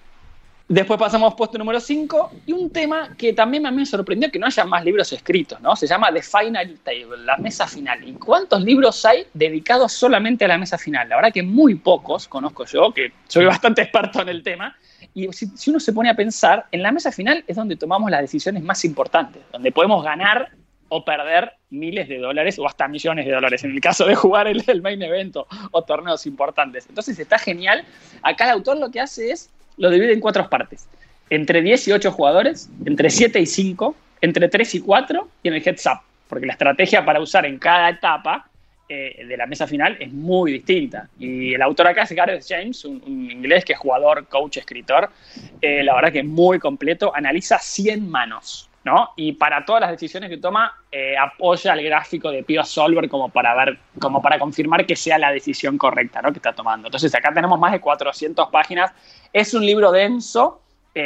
Después pasamos puesto número 5 y un tema que también a mí me sorprendió que no haya más libros escritos, ¿no? Se llama The Final Table, la mesa final. ¿Y cuántos libros hay dedicados solamente a la mesa final? La verdad que muy pocos conozco yo, que soy bastante experto en el tema. Y si uno se pone a pensar, en la mesa final es donde tomamos las decisiones más importantes, donde podemos ganar o perder miles de dólares o hasta millones de dólares en el caso de jugar el main event o torneos importantes. Entonces está genial. Acá el autor lo que hace es lo divide en 4 partes. Entre 10 y 8 jugadores, entre 7 y 5, entre 3 y 4 y en el heads up. Porque la estrategia para usar en cada etapa de la mesa final es muy distinta. Y el autor acá es Gareth James, un inglés que es jugador, coach, escritor. La verdad que es muy completo. Analiza 100 manos, ¿no? Y para todas las decisiones que toma, apoya el gráfico de Pio Solver como para confirmar que sea la decisión correcta, ¿no? Que está tomando. Entonces acá tenemos más de 400 páginas. Es un libro denso,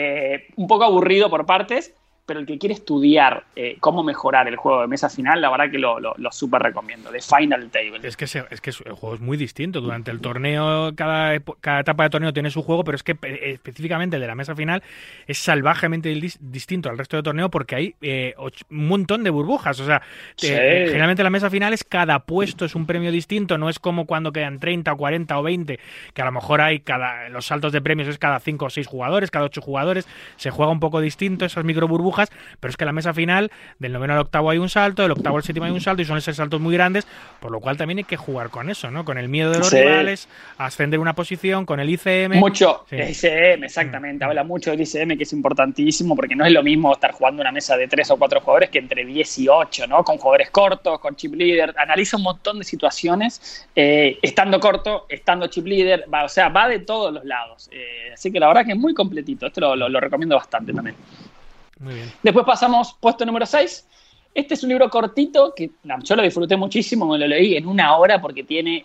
un poco aburrido por partes, pero el que quiere estudiar cómo mejorar el juego de mesa final, la verdad que lo súper recomiendo. The Final Table. Es que el juego es muy distinto. Durante el torneo, cada etapa de torneo tiene su juego, pero es que específicamente el de la mesa final es salvajemente distinto al resto del torneo porque hay un montón de burbujas. O sea, sí. Generalmente la mesa final es cada puesto es un premio distinto. No es como cuando quedan 30 o 40 o 20, que a lo mejor los saltos de premios es cada 5 o 6 jugadores, cada 8 jugadores. Se juega un poco distinto esas micro burbujas. Pero es que la mesa final, del 9º al 8º hay un salto, del 8º al 7º hay un salto, y son esos saltos muy grandes, por lo cual también hay que jugar con eso, ¿no? Con el miedo de los rivales, a ascender una posición, con el ICM. Mucho, sí. ICM, exactamente. Habla mucho del ICM, que es importantísimo, porque no es lo mismo estar jugando una mesa de 3 o 4 jugadores que entre 10 y 8, ¿no? Con jugadores cortos, con chip leader. Analiza un montón de situaciones, estando corto, estando chip leader, va de todos los lados. Así que la verdad que es muy completito. Esto lo recomiendo bastante también. Muy bien. Después pasamos puesto número 6. Este es un libro cortito que yo lo disfruté muchísimo, me lo leí en 1 hora porque tiene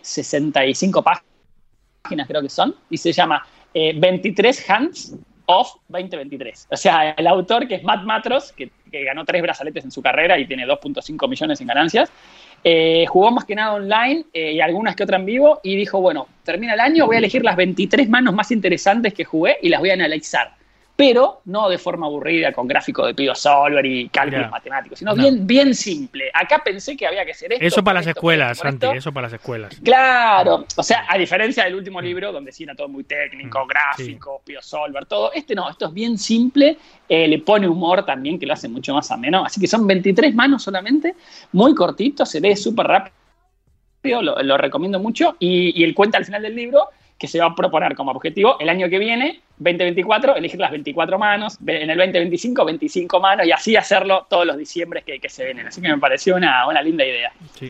65 páginas creo que son, y se llama 23 Hands of 2023. O sea, el autor, que es Matt Matros, que ganó 3 brazaletes en su carrera y tiene 2.5 millones en ganancias, jugó más que nada online y algunas que otras en vivo, y dijo, bueno, termina el año, voy a elegir las 23 manos más interesantes que jugué y las voy a analizar. Pero no de forma aburrida, con gráfico de Pio Solver y cálculos matemáticos, sino bien simple. Acá pensé que había que hacer esto. Eso para las escuelas, Santi, eso para las escuelas. Claro, o sea, a diferencia del último libro, donde sí era todo muy técnico, gráfico, Pio Solver, todo. Esto es bien simple, le pone humor también, que lo hace mucho más ameno. Así que son 23 manos solamente, muy cortito, se lee súper rápido, lo recomiendo mucho. Y él cuenta al final del libro que se va a proponer como objetivo el año que viene, 2024, elegir las 24 manos, en el 2025, 25 manos, y así hacerlo todos los diciembres que se vienen. Así que me pareció una linda idea. Sí.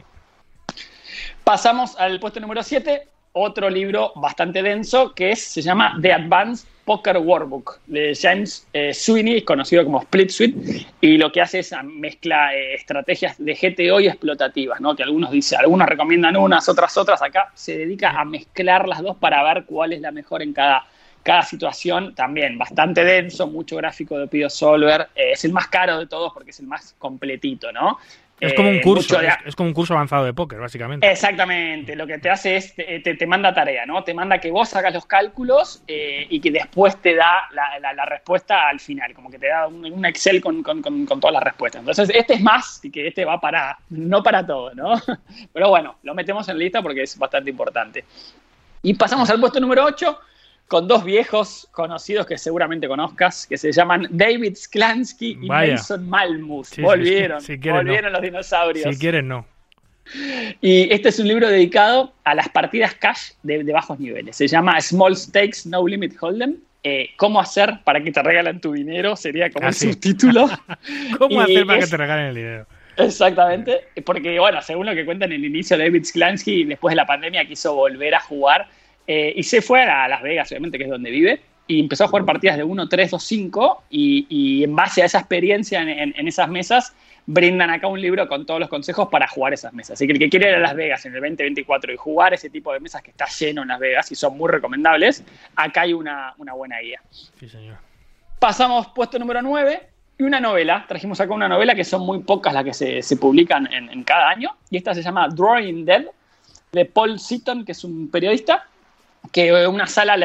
Pasamos al puesto número 7, otro libro bastante denso, se llama The Advanced Poker Workbook, de James Sweeney, conocido como Split Suite, y lo que hace es mezcla estrategias de GTO y explotativas, ¿no? Que algunos recomiendan unas, otras. Acá se dedica a mezclar las dos para ver cuál es la mejor en cada cada situación también bastante denso, mucho gráfico de Pio Solver. Es el más caro de todos porque es el más completito, ¿no? Es como un curso, es como un curso avanzado de póker, básicamente. Exactamente, lo que te hace es, te manda tarea, ¿no? Te manda que vos hagas los cálculos y que después te da la respuesta al final, como que te da un Excel con todas las respuestas. Entonces, este es más, y que este va no para todo, ¿no? Pero bueno, lo metemos en lista porque es bastante importante. Y pasamos al puesto número 8, con dos viejos conocidos que seguramente conozcas, que se llaman David Sklansky y Mason Malmuth. Sí, volvieron no. los dinosaurios. Si quieren, no. Y este es un libro dedicado a las partidas cash de bajos niveles. Se llama Small Stakes, No Limit Hold'em. ¿Cómo hacer para que te regalen tu dinero? Sería como el subtítulo. ¿Cómo hacer para que te regalen el dinero? Exactamente, porque bueno, según lo que cuenta en el inicio, David Sklansky, después de la pandemia, quiso volver a jugar y se fue a Las Vegas, obviamente, que es donde vive, y empezó a jugar partidas de 1, 3, 2, 5, y en base a esa experiencia en esas mesas, brindan acá un libro con todos los consejos para jugar esas mesas. Así que el que quiere ir a Las Vegas en el 2024 y jugar ese tipo de mesas que está lleno en Las Vegas y son muy recomendables, acá hay una buena guía. Sí, señor. Pasamos puesto número 9, y una novela. Trajimos acá una novela que son muy pocas las que se publican en cada año, y esta se llama Drawing Dead, de Paul Seaton, que es un periodista, que una sala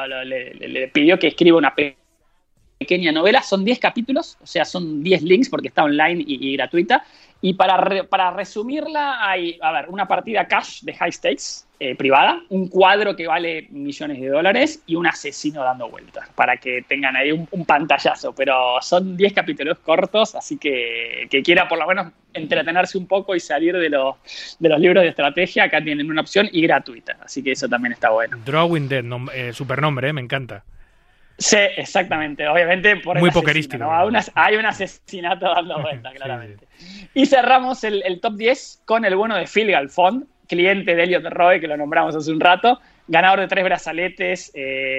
le pidió que escriba una pequeña novela. Son 10 capítulos, o sea, son 10 links porque está online y gratuita. Y para resumirla, hay, una partida cash de high stakes privada, un cuadro que vale millones de dólares y un asesino dando vueltas, para que tengan ahí un pantallazo. Pero son 10 capítulos cortos, así que quiera por lo menos entretenerse un poco y salir de los libros de estrategia, acá tienen una opción y gratuita. Así que eso también está bueno. Drawing Dead, supernombre, me encanta. Sí, exactamente. Obviamente por muy el pokerístico, ¿no? Hay un asesinato dando vueltas, claramente. Sí. Y cerramos el top 10 con el bueno de Phil Galfond, cliente de Elliot Roy, que lo nombramos hace un rato, ganador de 3 brazaletes,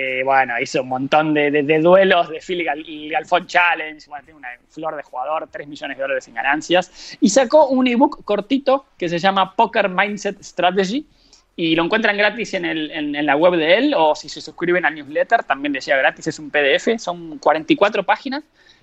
hizo un montón de duelos de Phil Galfond Challenge, tiene una flor de jugador, $3 millones en ganancias, y sacó un ebook cortito que se llama Poker Mindset Strategy, y lo encuentran gratis en la web de él, o si se suscriben al newsletter, también les llega gratis, es un PDF, son 44 páginas,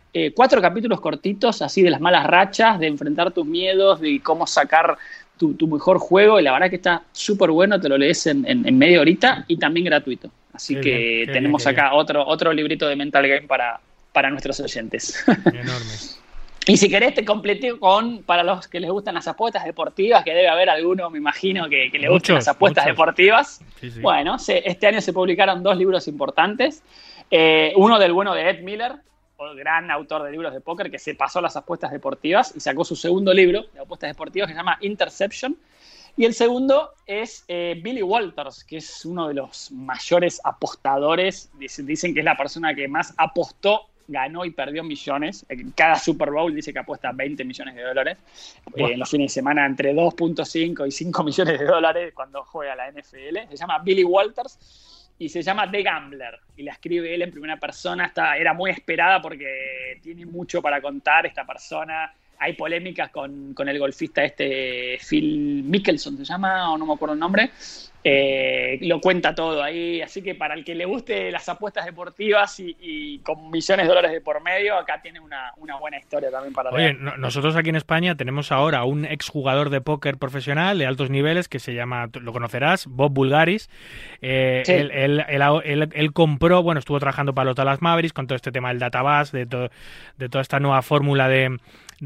4 capítulos cortitos, así de las malas rachas, de enfrentar tus miedos, de cómo sacar tu mejor juego, y la verdad que está súper bueno, te lo lees en media horita, y también gratuito. Así que tenemos acá otro librito de Mental Game para nuestros oyentes. Enorme. Y si querés te completé para los que les gustan las apuestas deportivas, que debe haber alguno, me imagino, que le gusten las apuestas deportivas. Sí. Bueno, este año se publicaron 2 libros importantes. Uno del bueno de Ed Miller, gran autor de libros de póker, que se pasó a las apuestas deportivas y sacó su segundo libro de apuestas deportivas que se llama Interception. Y el segundo es Billy Walters, que es uno de los mayores apostadores. Dicen que es la persona que más apostó, ganó y perdió millones. En cada Super Bowl dice que apuesta $20 millones. Wow. En los fines de semana entre 2.5 y 5 millones de dólares cuando juega la NFL. Se llama Billy Walters y se llama The Gambler. Y la escribe él en primera persona. Era muy esperada porque tiene mucho para contar esta persona. Hay polémicas con el golfista Phil Mickelson, ¿se llama? O no me acuerdo el nombre. Lo cuenta todo ahí, así que para el que le guste las apuestas deportivas y con millones de dólares de por medio, acá tiene una buena historia también para leer. Oye, nosotros aquí en España tenemos ahora un exjugador de póker profesional de altos niveles que se llama, lo conocerás, Bob Bulgaris. Sí. Él compró, estuvo trabajando para los Dallas Mavericks con todo este tema del database, de toda esta nueva fórmula de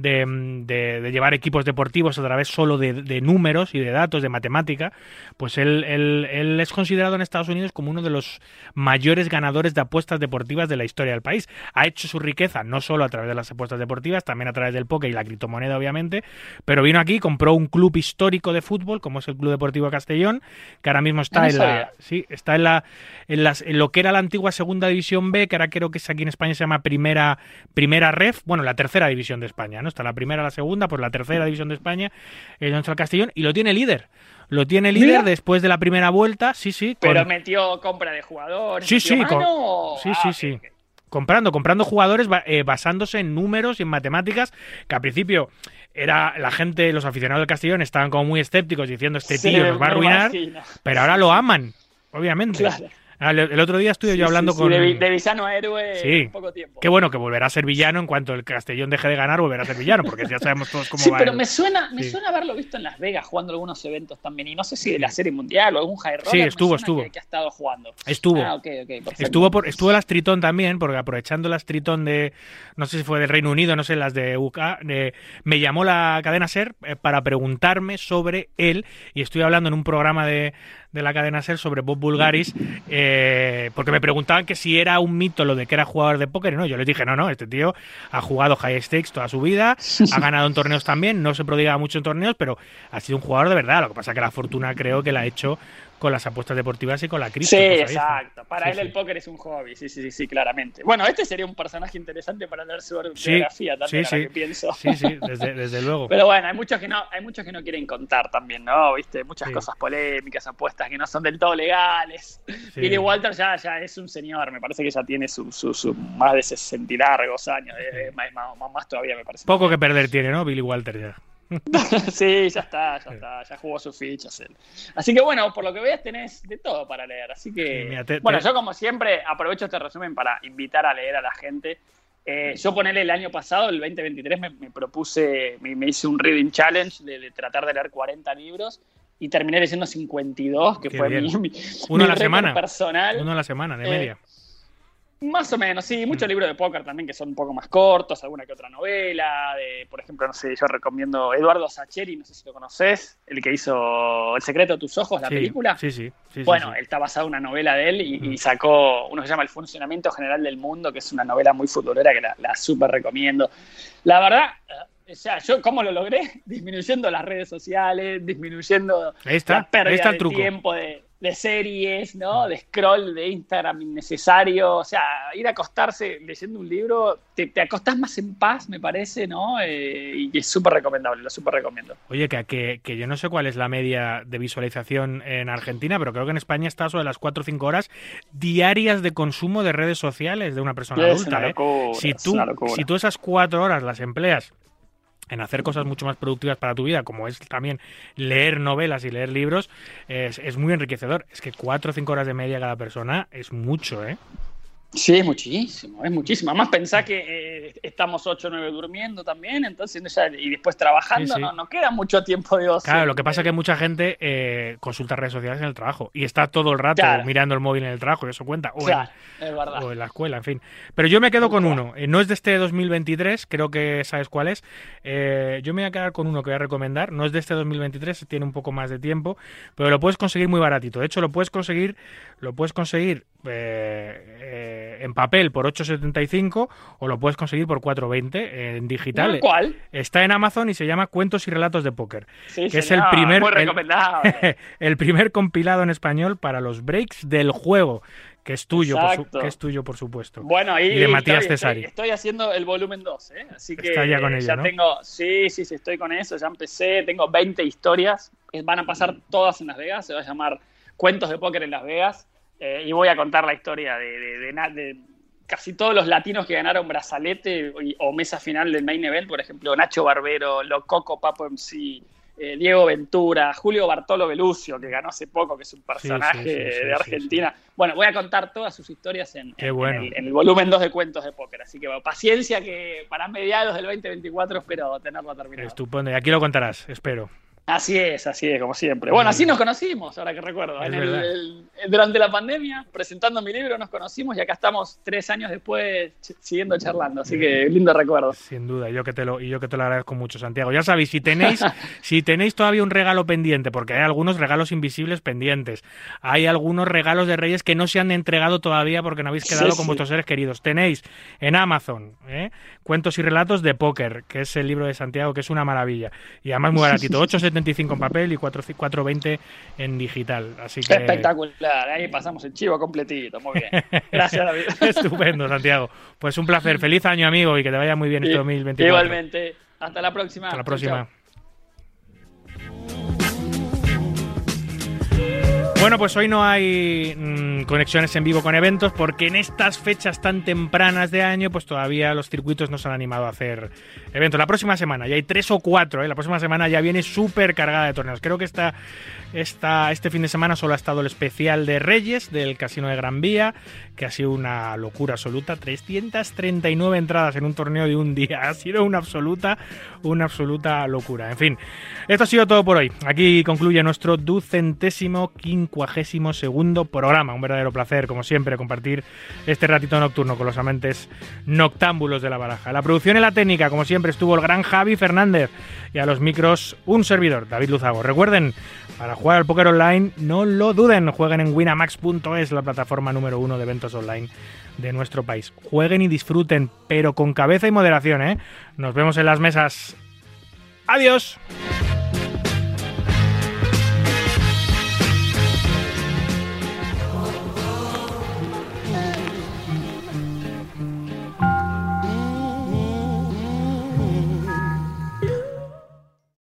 llevar equipos deportivos a través solo de números y de datos, de matemática. Pues él es considerado en Estados Unidos como uno de los mayores ganadores de apuestas deportivas de la historia del país. Ha hecho su riqueza no solo a través de las apuestas deportivas, también a través del póker y la criptomoneda, obviamente, pero vino aquí, compró un club histórico de fútbol, como es el Club Deportivo Castellón, que ahora mismo está en lo que era la antigua Segunda División B, que ahora creo que es aquí en España se llama Primera Ref, la Tercera División de España, ¿no? Está la primera, la segunda, pues la Tercera División de España, donde está el Castellón, y lo tiene líder. Mira. Después de la primera vuelta, sí. Pero metió compra de jugadores. Sí. Comprando jugadores basándose en números y en matemáticas, que al principio la gente, los aficionados del Castellón estaban como muy escépticos diciendo tío nos va a arruinar, pero ahora lo aman, obviamente. Claro. El otro día estuve yo hablando con... De villano a héroe en poco tiempo. Qué bueno que volverá a ser villano en cuanto el Castellón deje de ganar, volverá a ser villano, porque ya sabemos todos cómo va. Sí, pero me suena haberlo visto en Las Vegas jugando algunos eventos también, y no sé si de la Serie Mundial o algún high roller. Sí, estuvo. Que ha estado jugando. Estuvo. Perfecto. Estuvo las Tritón también, porque aprovechando las Tritón de, no sé si fue del Reino Unido, no sé, las de UK, me llamó la cadena SER para preguntarme sobre él, y estoy hablando en un programa de la cadena SER sobre Bob Bulgaris, porque me preguntaban que si era un mito lo de que era jugador de póker, y no, yo les dije, no, este tío ha jugado high stakes toda su vida, ha ganado en torneos también, no se prodigaba mucho en torneos, pero ha sido un jugador de verdad. Lo que pasa es que la fortuna creo que la ha hecho con las apuestas deportivas y con la cripto. Sí, exacto. Para él el póker es un hobby, sí, claramente. Bueno, este sería un personaje interesante para leer su biografía también, ahora que pienso. Sí, desde luego. Pero bueno, hay muchos que no quieren contar también, ¿no? Viste, muchas cosas polémicas, apuestas que no son del todo legales. Sí. Billy Walters ya es un señor, me parece que ya tiene su más de 60 y largos años, más todavía me parece. Poco que perder tiene, ¿no? Billy Walters ya. Sí, ya está, ya jugó sus fichas él. Así que bueno, por lo que veas tenés de todo para leer. Así que, mira, yo como siempre aprovecho este resumen para invitar a leer a la gente. Yo ponele el año pasado, el 2023, me propuse, me hice un reading challenge de tratar de leer 40 libros y terminé leyendo 52, que fue mi uno a la récord semana personal. Uno a la semana, de media. Más o menos, sí, muchos libros de póker también que son un poco más cortos, alguna que otra novela, por ejemplo, no sé, yo recomiendo Eduardo Sacheri, no sé si lo conoces, el que hizo El secreto de tus ojos, la película. Sí. Bueno, él está basado en una novela de él y sacó uno que se llama El funcionamiento general del mundo, que es una novela muy futbolera que la súper recomiendo. La verdad, o sea, yo ¿cómo lo logré? Disminuyendo las redes sociales, disminuyendo la pérdida de tiempo de series, ¿no? De scroll de Instagram innecesario. O sea, ir a acostarse leyendo un libro, te acostás más en paz, me parece, ¿no? Y es súper recomendable, lo súper recomiendo. Oye, que yo no sé cuál es la media de visualización en Argentina, pero creo que en España está sobre las 4 o 5 horas diarias de consumo de redes sociales de una persona adulta. Una locura, si tú esas 4 horas las empleas en hacer cosas mucho más productivas para tu vida, como es también leer novelas y leer libros, es muy enriquecedor. Es que 4 o 5 horas de media cada persona es mucho, ¿eh? Sí, es muchísimo. Además pensá que estamos 8 o 9 durmiendo también, entonces y después trabajando, sí. No queda mucho tiempo de ocio. Claro, lo que pasa es que mucha gente consulta redes sociales en el trabajo y está todo el rato mirando el móvil en el trabajo, y eso cuenta, o en la escuela, en fin. Pero yo me quedo con uno, no es de este 2023, creo que sabes cuál es. Yo me voy a quedar con uno que voy a recomendar, no es de este 2023, tiene un poco más de tiempo, pero lo puedes conseguir muy baratito. De hecho, lo puedes conseguir en papel por 8,75 o lo puedes conseguir por 4,20 en digital. ¿Cuál? Está en Amazon y se llama Cuentos y relatos de póker, sí, que es el primer el primer compilado en español para los breaks del juego, que es tuyo, por supuesto. Bueno, y de Matías Cesari. Estoy haciendo el volumen 2, así que está ya con ello, ¿no? tengo, sí, estoy con eso, ya empecé, tengo 20 historias, van a pasar todas en Las Vegas, se va a llamar Cuentos de Póker en Las Vegas. Y voy a contar la historia de casi todos los latinos que ganaron brazalete o mesa final del main event, por ejemplo, Nacho Barbero, Lococo Papo MC, Diego Ventura, Julio Bartolo Belucio, que ganó hace poco, que es un personaje de Argentina. Sí. Bueno, voy a contar todas sus historias en el volumen 2 de Cuentos de Póker. Así que paciencia, que para mediados del 2024 espero tenerlo terminado. Estupendo, y aquí lo contarás, espero. Así es, como siempre. Bueno, así nos conocimos, ahora que recuerdo. Durante la pandemia, presentando mi libro, nos conocimos y acá estamos 3 años después siguiendo charlando. Así que lindo recuerdo. Sin duda, yo que te lo agradezco mucho, Santiago. Ya sabéis, si tenéis todavía un regalo pendiente, porque hay algunos regalos invisibles pendientes, hay algunos regalos de Reyes que no se han entregado todavía porque no habéis quedado con vuestros seres queridos. Tenéis en Amazon Cuentos y relatos de póker, que es el libro de Santiago, que es una maravilla. Y además muy baratito, 8,75 en papel y 4,20 en digital. Así que... Espectacular, ahí pasamos el chivo completito. Muy bien. Gracias, David. Estupendo, Santiago. Pues un placer. Feliz año, amigo, y que te vaya muy bien este 2024. Igualmente. Hasta la próxima. Hasta la próxima. Chau. Bueno, pues hoy no hay conexiones en vivo con eventos porque en estas fechas tan tempranas de año pues todavía los circuitos no se han animado a hacer eventos. La próxima semana ya hay 3 o 4, la próxima semana ya viene súper cargada de torneos. Creo que este fin de semana solo ha estado el especial de Reyes del Casino de Gran Vía, que ha sido una locura absoluta. 339 entradas en un torneo de un día. Ha sido una absoluta locura. En fin, esto ha sido todo por hoy. Aquí concluye nuestro 252º programa. Un verdadero placer, como siempre, compartir este ratito nocturno con los amantes noctámbulos de la baraja. La producción y la técnica, como siempre, estuvo el gran Javi Fernández, y a los micros un servidor, David Luzago. Recuerden, para jugar al póker online, no lo duden, jueguen en winamax.es, la plataforma número 1 de eventos online de nuestro país. Jueguen y disfruten, pero con cabeza y moderación, ¿eh? Nos vemos en las mesas. ¡Adiós!